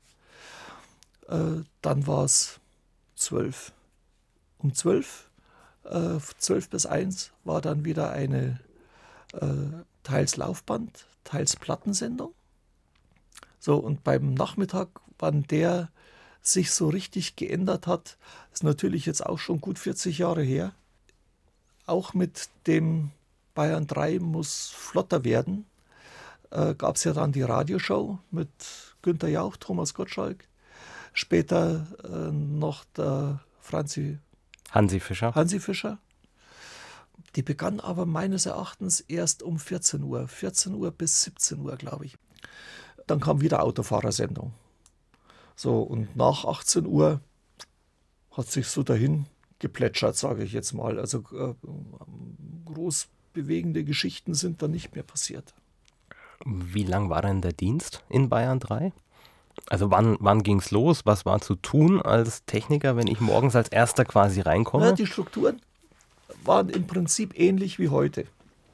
Äh, dann war es zwölf. Um zwölf, äh, zwölf bis eins war dann wieder eine äh, teils Laufband, teils Plattensendung. So, und beim Nachmittag, wann der sich so richtig geändert hat, ist natürlich jetzt auch schon gut vierzig Jahre her. Auch mit dem Bayern drei muss flotter werden, äh, gab es ja dann die Radioshow mit Günther Jauch, Thomas Gottschalk, später äh, noch der Franzi Hansi Fischer. Hansi Fischer. Die begann aber meines Erachtens erst um vierzehn Uhr, vierzehn Uhr bis siebzehn Uhr, glaube ich. Dann kam wieder Autofahrersendung. So, und nach achtzehn Uhr hat sich so dahin geplätschert, sage ich jetzt mal. Also äh, groß bewegende Geschichten sind da nicht mehr passiert. Wie lang war denn der Dienst in Bayern drei? Also wann, wann ging es los? Was war zu tun als Techniker, wenn ich morgens als Erster quasi reinkomme? Ja, die Strukturen waren im Prinzip ähnlich wie heute.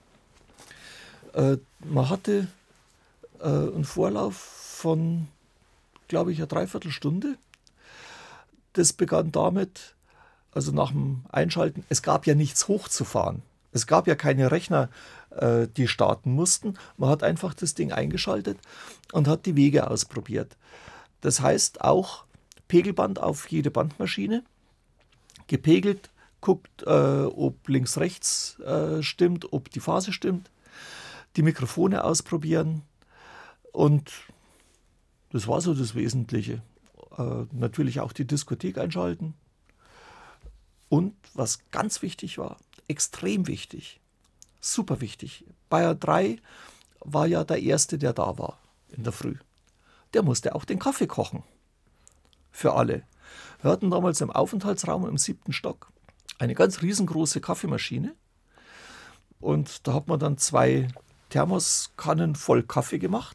Äh, man hatte äh, einen Vorlauf von, glaube ich, eine Dreiviertelstunde. Das begann damit, also nach dem Einschalten, es gab ja nichts hochzufahren. Es gab ja keine Rechner, äh, die starten mussten. Man hat einfach das Ding eingeschaltet und hat die Wege ausprobiert. Das heißt auch Pegelband auf jede Bandmaschine, gepegelt, guckt, äh, ob links, rechts äh, stimmt, ob die Phase stimmt, die Mikrofone ausprobieren und das war so das Wesentliche. Äh, natürlich auch die Diskothek einschalten und was ganz wichtig war, extrem wichtig, super wichtig, Bayern drei war ja der Erste, der da war in der Früh. Der musste auch den Kaffee kochen. Für alle. Wir hatten damals im Aufenthaltsraum im siebten Stock eine ganz riesengroße Kaffeemaschine. Und da hat man dann zwei Thermoskannen voll Kaffee gemacht,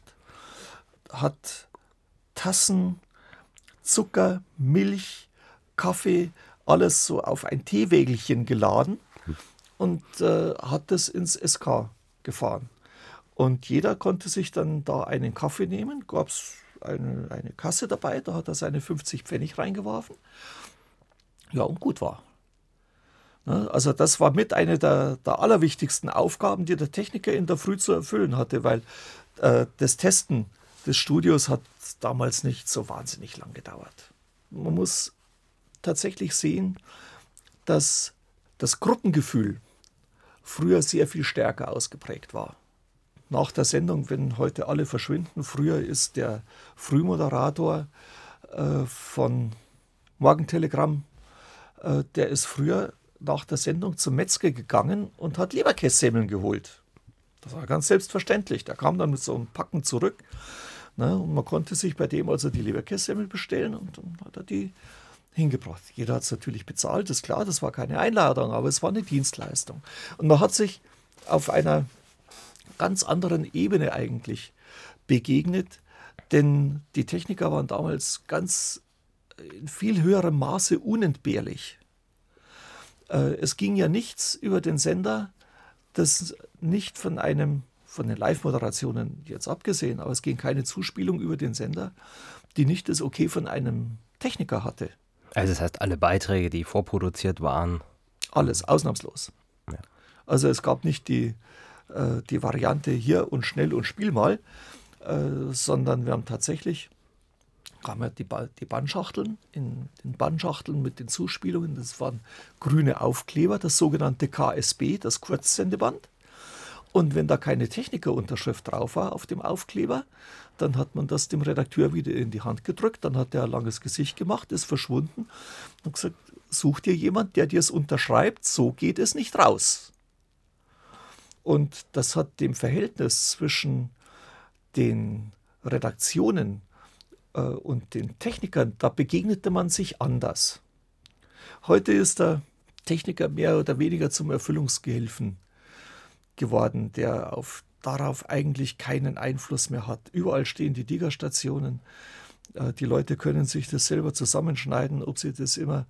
hat Tassen, Zucker, Milch, Kaffee, alles so auf ein Teewägelchen geladen und äh, hat das ins S K gefahren. Und jeder konnte sich dann da einen Kaffee nehmen, gab es eine, eine Kasse dabei, da hat er seine fünfzig Pfennig reingeworfen. Ja, und gut war. Ne, also das war mit einer der, der allerwichtigsten Aufgaben, die der Techniker in der Früh zu erfüllen hatte, weil äh, das Testen des Studios hat damals nicht so wahnsinnig lang gedauert. Man muss tatsächlich sehen, dass das Gruppengefühl früher sehr viel stärker ausgeprägt war. Nach der Sendung, wenn heute alle verschwinden, früher ist der Frühmoderator äh, von Morgentelegramm, äh, der ist früher nach der Sendung zum Metzger gegangen und hat Leberkässemmeln geholt. Das war ganz selbstverständlich. Der kam dann mit so einem Packen zurück, ne, und man konnte sich bei dem also die Leberkässemmel bestellen und dann hat er die hingebracht. Jeder hat es natürlich bezahlt, ist klar, das war keine Einladung, aber es war eine Dienstleistung. Und man hat sich auf einer ganz anderen Ebene eigentlich begegnet, denn die Techniker waren damals ganz in viel höherem Maße unentbehrlich. Äh, es ging ja nichts über den Sender, das nicht von einem, von den Live-Moderationen jetzt abgesehen, aber es ging keine Zuspielung über den Sender, die nicht das Okay von einem Techniker hatte. Also das heißt, alle Beiträge, die vorproduziert waren? Alles, ausnahmslos. Ja. Also es gab nicht die die Variante hier und schnell und spiel mal, äh, sondern wir haben tatsächlich, haben wir die, ba- die Bandschachteln, in den Bandschachteln mit den Zuspielungen, das waren grüne Aufkleber, das sogenannte K S B, das Kurzsendeband. Und wenn da keine Technikerunterschrift drauf war auf dem Aufkleber, dann hat man das dem Redakteur wieder in die Hand gedrückt, dann hat er ein langes Gesicht gemacht, ist verschwunden und gesagt, such dir jemand, der dir es unterschreibt, so geht es nicht raus. Und das hat dem Verhältnis zwischen den Redaktionen äh, und den Technikern, da begegnete man sich anders. Heute ist der Techniker mehr oder weniger zum Erfüllungsgehilfen geworden, der auf, darauf eigentlich keinen Einfluss mehr hat. Überall stehen die Diggerstationen. Äh, die Leute können sich das selber zusammenschneiden, ob sie das immer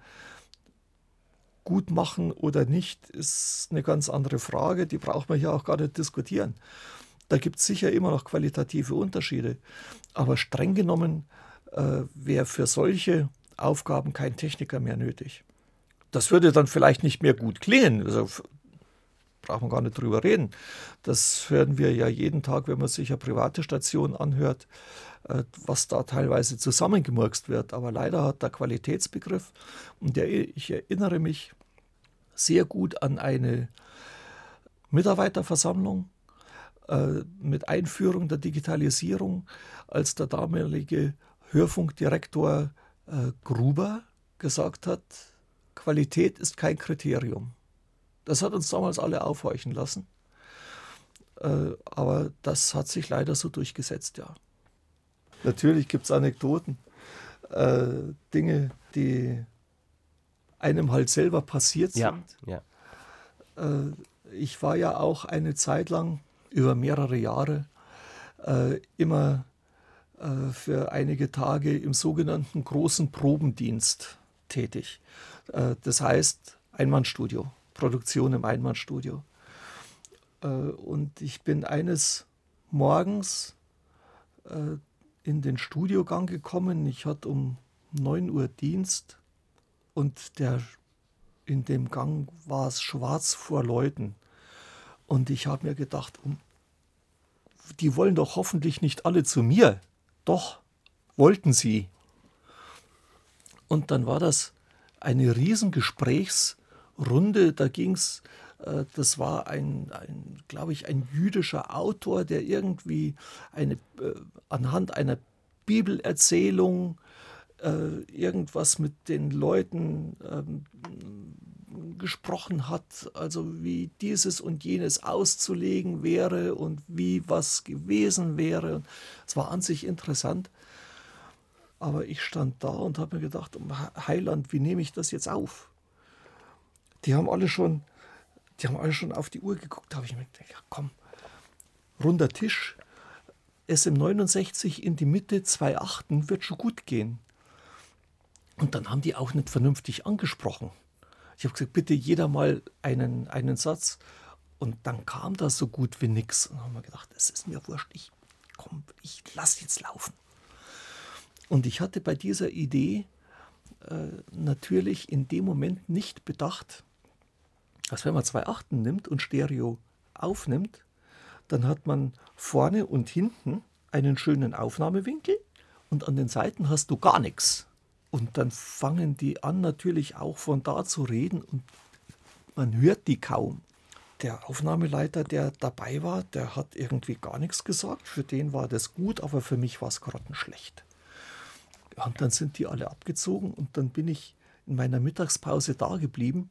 gut machen oder nicht, ist eine ganz andere Frage. Die braucht man ja auch gar nicht diskutieren. Da gibt es sicher immer noch qualitative Unterschiede. Aber streng genommen äh, wäre für solche Aufgaben kein Techniker mehr nötig. Das würde dann vielleicht nicht mehr gut klingen. Also braucht man gar nicht drüber reden. Das hören wir ja jeden Tag, wenn man sich eine private Station anhört, äh, was da teilweise zusammengemurkst wird. Aber leider hat der Qualitätsbegriff, und der, ich erinnere mich sehr gut an eine Mitarbeiterversammlung äh, mit Einführung der Digitalisierung, als der damalige Hörfunkdirektor äh, Gruber gesagt hat, Qualität ist kein Kriterium. Das hat uns damals alle aufhorchen lassen. Äh, aber das hat sich leider so durchgesetzt, ja. Natürlich gibt es Anekdoten, äh, Dinge, die einem halt selber passiert sind. Ja, ja. Äh, ich war ja auch eine Zeit lang, über mehrere Jahre, äh, immer äh, für einige Tage im sogenannten großen Probendienst tätig. Äh, das heißt Einmannstudio, Produktion im Einmannstudio. Äh, und ich bin eines Morgens äh, in den Studiogang gekommen. Ich hatte um neun Uhr Dienst und der, in dem Gang war es schwarz vor Leuten. Und ich habe mir gedacht, um, die wollen doch hoffentlich nicht alle zu mir. Doch, wollten sie. Und dann war das eine riesen Gesprächsrunde. Da ging es, äh, das war ein, ein glaube ich, ein jüdischer Autor, der irgendwie eine, äh, anhand einer Bibelerzählung äh, irgendwas mit den Leuten ähm, gesprochen hat, also wie dieses und jenes auszulegen wäre und wie was gewesen wäre. Es war an sich interessant, aber ich stand da und habe mir gedacht, um Heiland, wie nehme ich das jetzt auf? Die haben alle schon, die haben alle schon auf die Uhr geguckt, da habe ich mir gedacht, ja, komm, runder Tisch, S M neunundsechzig in die Mitte, zwei Achten, wird schon gut gehen. Und dann haben die auch nicht vernünftig angesprochen. Ich habe gesagt, bitte jeder mal einen, einen Satz. Und dann kam da so gut wie nix. Und dann haben wir gedacht, das ist mir wurscht, ich, komm, ich lass jetzt laufen. Und ich hatte bei dieser Idee äh, natürlich in dem Moment nicht bedacht, dass wenn man zwei Achten nimmt und Stereo aufnimmt, dann hat man vorne und hinten einen schönen Aufnahmewinkel und an den Seiten hast du gar nichts. Und dann fangen die an natürlich auch von da zu reden und man hört die kaum. Der Aufnahmeleiter, der dabei war, der hat irgendwie gar nichts gesagt. Für den war das gut, aber für mich war es grottenschlecht. Und dann sind die alle abgezogen und dann bin ich in meiner Mittagspause da geblieben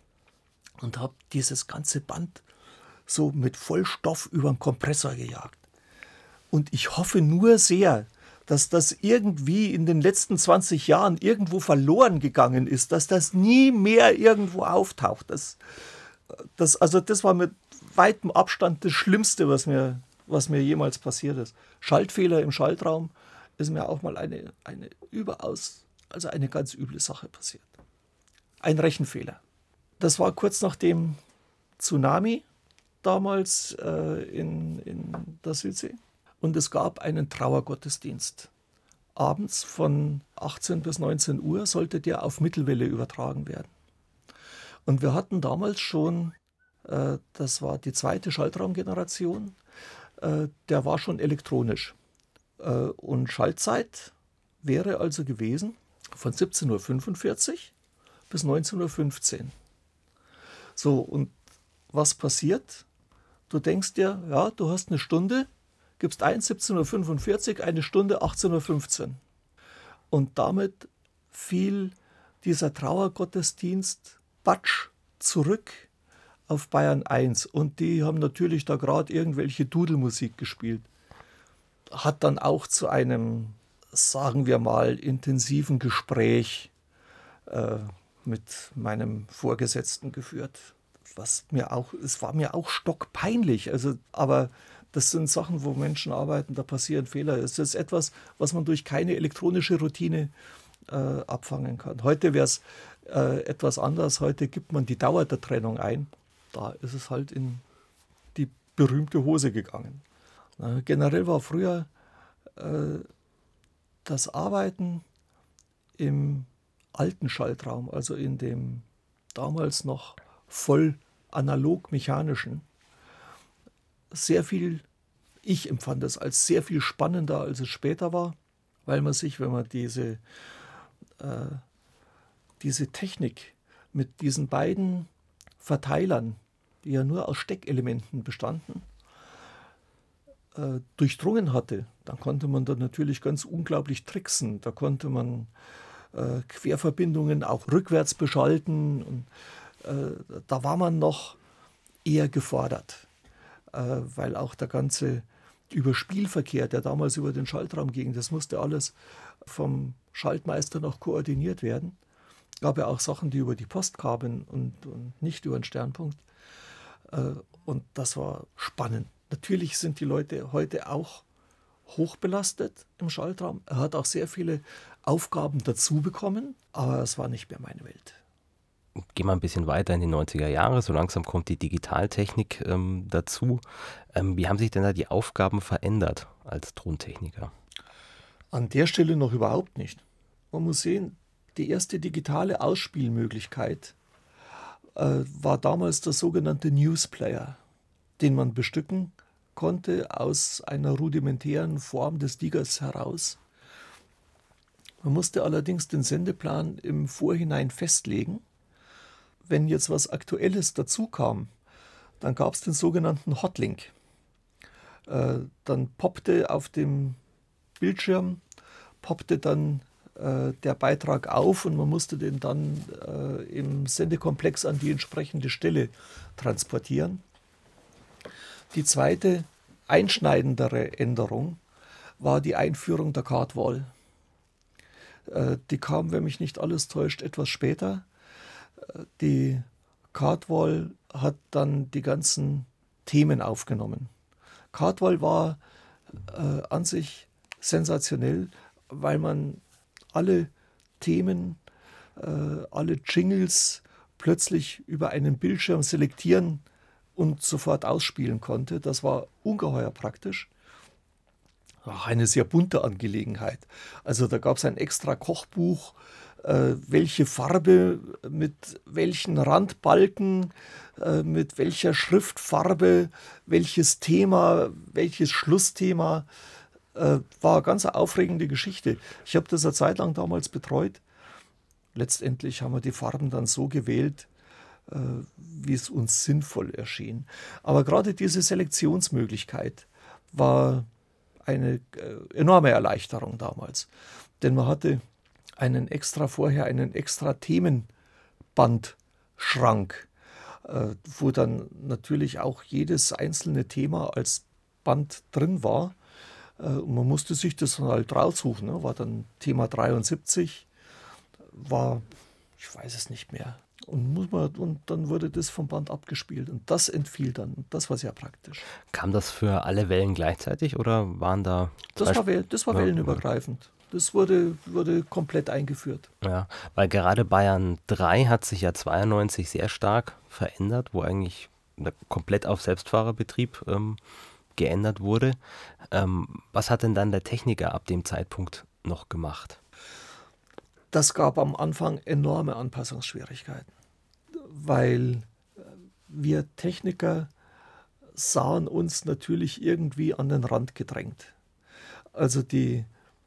und habe dieses ganze Band so mit Vollstoff über den Kompressor gejagt. Und ich hoffe nur sehr, dass das irgendwie in den letzten zwanzig Jahren irgendwo verloren gegangen ist, dass das nie mehr irgendwo auftaucht. Das, das, also das war mit weitem Abstand das Schlimmste, was mir, was mir jemals passiert ist. Schaltfehler im Schaltraum ist mir auch mal eine, eine überaus, also eine ganz üble Sache passiert. Ein Rechenfehler. Das war kurz nach dem Tsunami damals äh, in, in der Südsee. Und es gab einen Trauergottesdienst. Abends von achtzehn bis neunzehn Uhr sollte der auf Mittelwelle übertragen werden. Und wir hatten damals schon, äh, das war die zweite Schaltraumgeneration, äh, der war schon elektronisch. Äh, und Schaltzeit wäre also gewesen von siebzehn Uhr fünfundvierzig bis neunzehn Uhr fünfzehn. So, und was passiert? Du denkst dir, ja, du hast eine Stunde, gibst ein, siebzehn Uhr fünfundvierzig, eine Stunde, achtzehn Uhr fünfzehn. Und damit fiel dieser Trauergottesdienst batsch zurück auf Bayern eins. Und die haben natürlich da gerade irgendwelche Dudelmusik gespielt. Hat dann auch zu einem, sagen wir mal, intensiven Gespräch äh, mit meinem Vorgesetzten geführt. Was mir auch, es war mir auch stockpeinlich. Also, aber das sind Sachen, wo Menschen arbeiten, da passieren Fehler. Es ist etwas, was man durch keine elektronische Routine äh, abfangen kann. Heute wäre es äh, etwas anders. Heute gibt man die Dauer der Trennung ein. Da ist es halt in die berühmte Hose gegangen. Na, generell war früher äh, das Arbeiten im alten Schaltraum, also in dem damals noch voll analog-mechanischen, sehr viel, ich empfand es als sehr viel spannender, als es später war, weil man sich, wenn man diese, äh, diese Technik mit diesen beiden Verteilern, die ja nur aus Steckelementen bestanden, äh, durchdrungen hatte, dann konnte man da natürlich ganz unglaublich tricksen. Da konnte man äh, Querverbindungen auch rückwärts beschalten und äh, da war man noch eher gefordert. Weil auch der ganze Überspielverkehr, der damals über den Schaltraum ging, das musste alles vom Schaltmeister noch koordiniert werden. Es gab ja auch Sachen, die über die Post kamen und, und nicht über den Sternpunkt. Und das war spannend. Natürlich sind die Leute heute auch hochbelastet im Schaltraum. Er hat auch sehr viele Aufgaben dazu bekommen, aber es war nicht mehr meine Welt. Gehen wir ein bisschen weiter in die neunziger Jahre, so langsam kommt die Digitaltechnik ähm, dazu. Ähm, wie haben sich denn da die Aufgaben verändert als Tontechniker? An der Stelle noch überhaupt nicht. Man muss sehen, die erste digitale Ausspielmöglichkeit äh, war damals der sogenannte Newsplayer, den man bestücken konnte aus einer rudimentären Form des Diggers heraus. Man musste allerdings den Sendeplan im Vorhinein festlegen. Wenn jetzt was Aktuelles dazu kam, dann gab es den sogenannten Hotlink. Äh, dann poppte auf dem Bildschirm, poppte dann äh, der Beitrag auf und man musste den dann äh, im Sendekomplex an die entsprechende Stelle transportieren. Die zweite, einschneidendere Änderung war die Einführung der Cardwall. Äh, die kam, wenn mich nicht alles täuscht, etwas später. Die Cardwall hat dann die ganzen Themen aufgenommen. Cardwall war äh, an sich sensationell, weil man alle Themen, äh, alle Jingles plötzlich über einen Bildschirm selektieren und sofort ausspielen konnte. Das war ungeheuer praktisch. Auch eine sehr bunte Angelegenheit. Also da gab es ein extra Kochbuch, äh, welche Farbe mit welchen Randbalken, äh, mit welcher Schriftfarbe, welches Thema, welches Schlussthema, äh, war eine ganz aufregende Geschichte. Ich habe das eine Zeit lang damals betreut. Letztendlich haben wir die Farben dann so gewählt, äh, wie es uns sinnvoll erschien. Aber gerade diese Selektionsmöglichkeit war eine äh, enorme Erleichterung damals. Denn man hatte einen extra vorher einen extra Themenbandschrank, äh, wo dann natürlich auch jedes einzelne Thema als Band drin war. Äh, und man musste sich das dann halt raussuchen. Ne? War dann Thema dreiundsiebzig, war, ich weiß es nicht mehr. Und, muss man, und dann wurde das vom Band abgespielt und das entfiel dann. Und das war sehr praktisch. Kam das für alle Wellen gleichzeitig oder waren da... Das war, wel- das war Ja, wellenübergreifend. Das wurde, wurde komplett eingeführt. Ja, weil gerade Bayern drei hat sich ja zweiundneunzig sehr stark verändert, wo eigentlich komplett auf Selbstfahrerbetrieb ähm, geändert wurde. Ähm, was hat denn dann der Techniker ab dem Zeitpunkt noch gemacht? Das gab am Anfang enorme Anpassungsschwierigkeiten, weil wir Techniker sahen uns natürlich irgendwie an den Rand gedrängt. Also die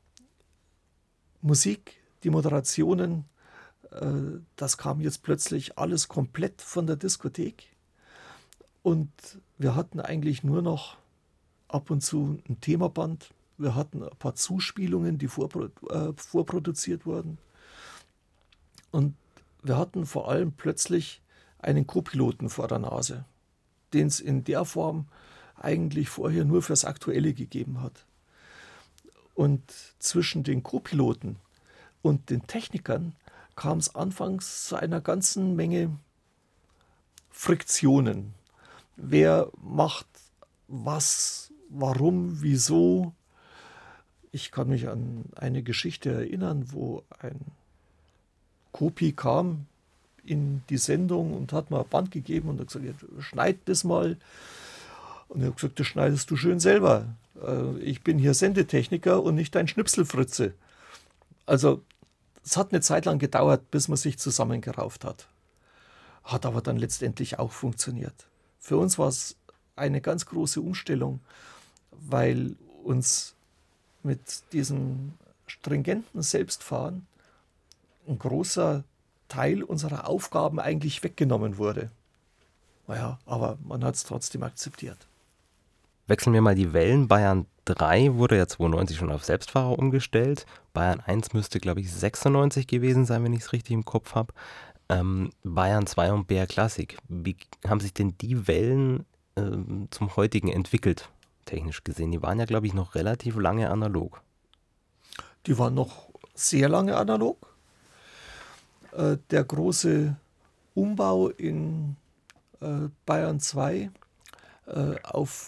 Musik, die Moderationen, äh, das kam jetzt plötzlich alles komplett von der Diskothek und wir hatten eigentlich nur noch ab und zu ein Themaband. Wir hatten ein paar Zuspielungen, die vorpro äh, vorproduziert wurden. Und wir hatten vor allem plötzlich einen Co-Piloten vor der Nase, den es in der Form eigentlich vorher nur fürs Aktuelle gegeben hat. Und zwischen den Co-Piloten und den Technikern kam es anfangs zu einer ganzen Menge Friktionen. Wer macht was, warum, wieso? Ich kann mich an eine Geschichte erinnern, wo ein Kopi kam in die Sendung und hat mir ein Band gegeben und hat gesagt, schneid das mal. Und er hat gesagt, das schneidest du schön selber. Ich bin hier Sendetechniker und nicht dein Schnipselfritze. Also es hat eine Zeit lang gedauert, bis man sich zusammengerauft hat. Hat aber dann letztendlich auch funktioniert. Für uns war es eine ganz große Umstellung, weil uns mit diesem stringenten Selbstfahren ein großer Teil unserer Aufgaben eigentlich weggenommen wurde. Naja, aber man hat es trotzdem akzeptiert. Wechseln wir mal die Wellen. Bayern drei wurde ja zweiundneunzig schon auf Selbstfahrer umgestellt. Bayern eins müsste, glaube ich, sechsundneunzig gewesen sein, wenn ich es richtig im Kopf habe. Ähm, Bayern zwei und B R Classic. Wie haben sich denn die Wellen ähm, zum heutigen entwickelt, technisch gesehen? Die waren ja, glaube ich, noch relativ lange analog. Die waren noch sehr lange analog. Äh, der große Umbau in äh, Bayern zwei äh, auf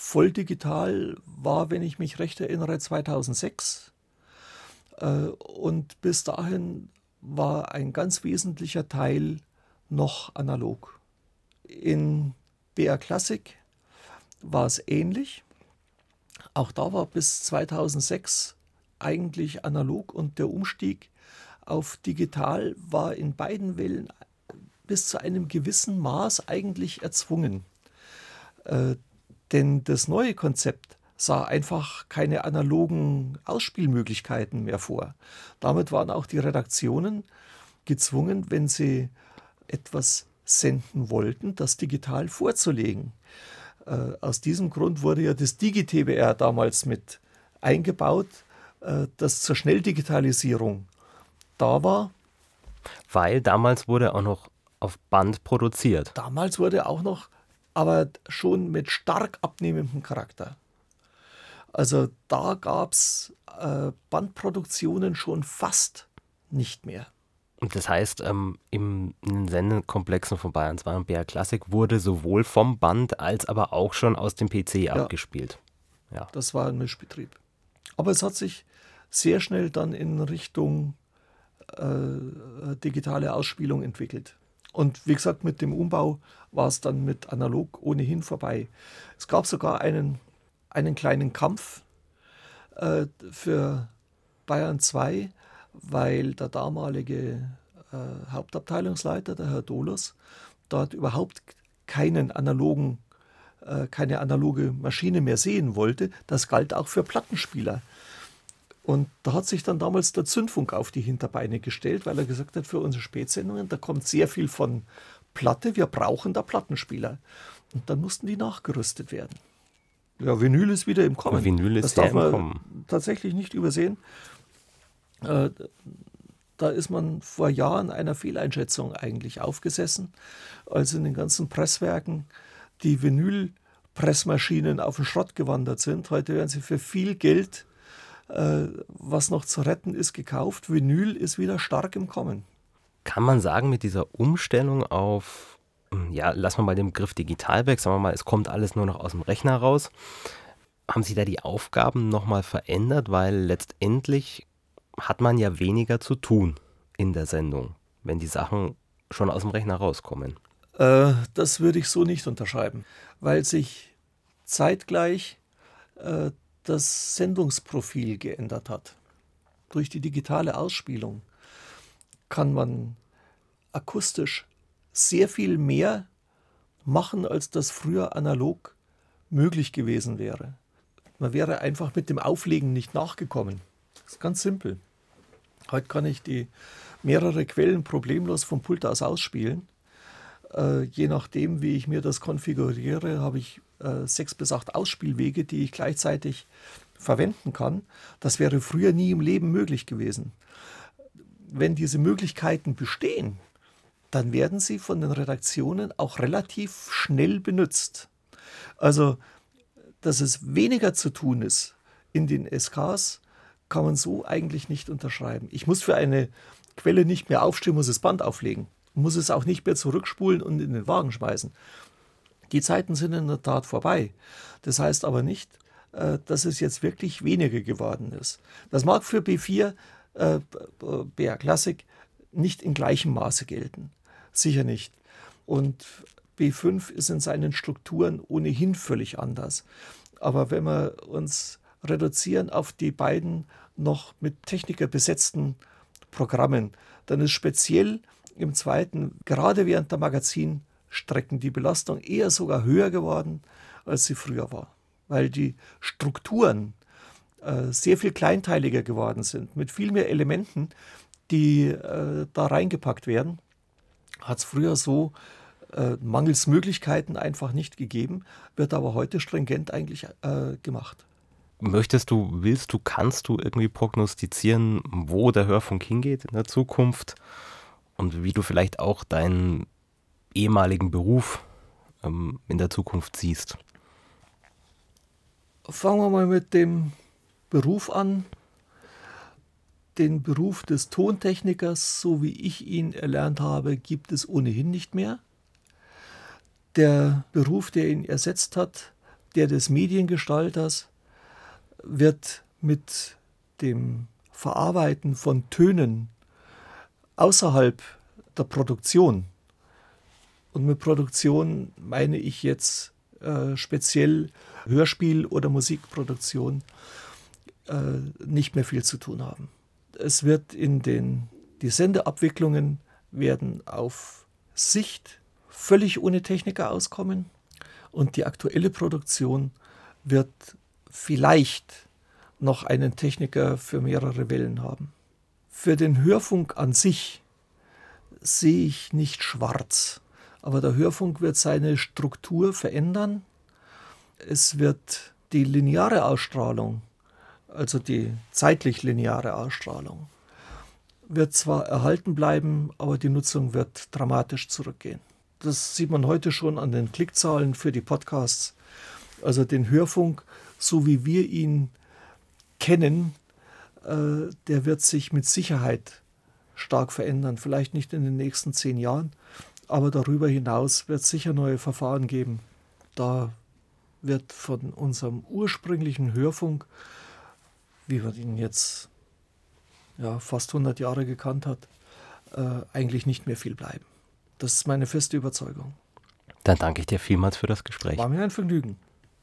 volldigital war, wenn ich mich recht erinnere, zweitausendsechs. Äh, und bis dahin war ein ganz wesentlicher Teil noch analog. In B R Classic war es ähnlich. Auch da war bis zweitausendsechs eigentlich analog und der Umstieg auf digital war in beiden Wellen bis zu einem gewissen Maß eigentlich erzwungen. Äh, denn das neue Konzept sah einfach keine analogen Ausspielmöglichkeiten mehr vor. Damit waren auch die Redaktionen gezwungen, wenn sie etwas senden wollten, das digital vorzulegen. Äh, aus diesem Grund wurde ja das Digi-T B R damals mit eingebaut, äh, das zur Schnelldigitalisierung da war. Weil damals wurde auch noch auf Band produziert. Damals wurde auch noch, aber schon mit stark abnehmendem Charakter. Also da gab es äh, Bandproduktionen schon fast nicht mehr. Und das heißt, ähm, im, in den Sendekomplexen von Bayern zwei und B R Classic wurde sowohl vom Band als aber auch schon aus dem P C Ja. abgespielt. Ja. Das war ein Mischbetrieb. Aber es hat sich sehr schnell dann in Richtung äh, digitale Ausspielung entwickelt. Und wie gesagt, mit dem Umbau war es dann mit analog ohnehin vorbei. Es gab sogar einen, einen kleinen Kampf äh, für Bayern zwei, weil der damalige äh, Hauptabteilungsleiter, der Herr Dolos, dort überhaupt keinen analogen, äh, keine analoge Maschine mehr sehen wollte. Das galt auch für Plattenspieler. Und da hat sich dann damals der Zündfunk auf die Hinterbeine gestellt, weil er gesagt hat, für unsere Spätsendungen, da kommt sehr viel von Platte, wir brauchen da Plattenspieler. Und dann mussten die nachgerüstet werden. Ja, Vinyl ist wieder im Kommen. Vinyl ist das sehr darf man im Kommen. tatsächlich nicht übersehen. Äh, da ist man vor Jahren einer Fehleinschätzung eigentlich aufgesessen, als in den ganzen Presswerken die Vinylpressmaschinen auf den Schrott gewandert sind. Heute werden sie für viel Geld, äh, was noch zu retten ist, gekauft. Vinyl ist wieder stark im Kommen. Kann man sagen, mit dieser Umstellung auf, ja, lassen wir mal den Begriff digital weg, sagen wir mal, es kommt alles nur noch aus dem Rechner raus, haben sich da die Aufgaben nochmal verändert, weil letztendlich hat man ja weniger zu tun in der Sendung, wenn die Sachen schon aus dem Rechner rauskommen. Äh, das würde ich so nicht unterschreiben, weil sich zeitgleich äh, das Sendungsprofil geändert hat. Durch die digitale Ausspielung kann man akustisch sehr viel mehr machen, als das früher analog möglich gewesen wäre. Man wäre einfach mit dem Auflegen nicht nachgekommen. Das ist ganz simpel. Heute kann ich die mehrere Quellen problemlos vom Pult aus ausspielen. Äh, je nachdem, wie ich mir das konfiguriere, habe ich äh, sechs bis acht Ausspielwege, die ich gleichzeitig verwenden kann. Das wäre früher nie im Leben möglich gewesen. Wenn diese Möglichkeiten bestehen, dann werden sie von den Redaktionen auch relativ schnell benutzt. Also, dass es weniger zu tun ist in den S Ks, kann man so eigentlich nicht unterschreiben. Ich muss für eine Quelle nicht mehr aufstehen, muss das Band auflegen, muss es auch nicht mehr zurückspulen und in den Wagen schmeißen. Die Zeiten sind in der Tat vorbei. Das heißt aber nicht, dass es jetzt wirklich weniger geworden ist. Das mag für B vier, äh, B R Classic nicht in gleichem Maße gelten. Sicher nicht. Und B fünf ist in seinen Strukturen ohnehin völlig anders. Aber wenn wir uns reduzieren auf die beiden noch mit Techniker besetzten Programmen, dann ist speziell im zweiten, gerade während der Magazinstrecken, die Belastung eher sogar höher geworden, als sie früher war. Weil die Strukturen äh, sehr viel kleinteiliger geworden sind, mit viel mehr Elementen, die äh, da reingepackt werden. Hat es früher so äh, mangels Möglichkeiten einfach nicht gegeben, wird aber heute stringent eigentlich äh, gemacht. Möchtest du, willst du, kannst du irgendwie prognostizieren, wo der Hörfunk hingeht in der Zukunft und wie du vielleicht auch deinen ehemaligen Beruf ähm, in der Zukunft siehst? Fangen wir mal mit dem Beruf an. Den Beruf des Tontechnikers, so wie ich ihn erlernt habe, gibt es ohnehin nicht mehr. Der Beruf, der ihn ersetzt hat, der des Mediengestalters wird mit dem Verarbeiten von Tönen außerhalb der Produktion, und mit Produktion meine ich jetzt äh, speziell Hörspiel- oder Musikproduktion, äh, nicht mehr viel zu tun haben. Es wird in den, die Sendeabwicklungen werden auf Sicht völlig ohne Techniker auskommen, und die aktuelle Produktion wird vielleicht noch einen Techniker für mehrere Wellen haben. Für den Hörfunk an sich sehe ich nicht schwarz, aber der Hörfunk wird seine Struktur verändern. Es wird die lineare Ausstrahlung, also die zeitlich lineare Ausstrahlung, wird zwar erhalten bleiben, aber die Nutzung wird dramatisch zurückgehen. Das sieht man heute schon an den Klickzahlen für die Podcasts. Also den Hörfunk, so wie wir ihn kennen, äh, der wird sich mit Sicherheit stark verändern. Vielleicht nicht in den nächsten zehn Jahren, aber darüber hinaus wird es sicher neue Verfahren geben. Da wird von unserem ursprünglichen Hörfunk, wie man ihn jetzt ja, fast hundert Jahre gekannt hat, äh, eigentlich nicht mehr viel bleiben. Das ist meine feste Überzeugung. Dann danke ich dir vielmals für das Gespräch. War mir ein Vergnügen.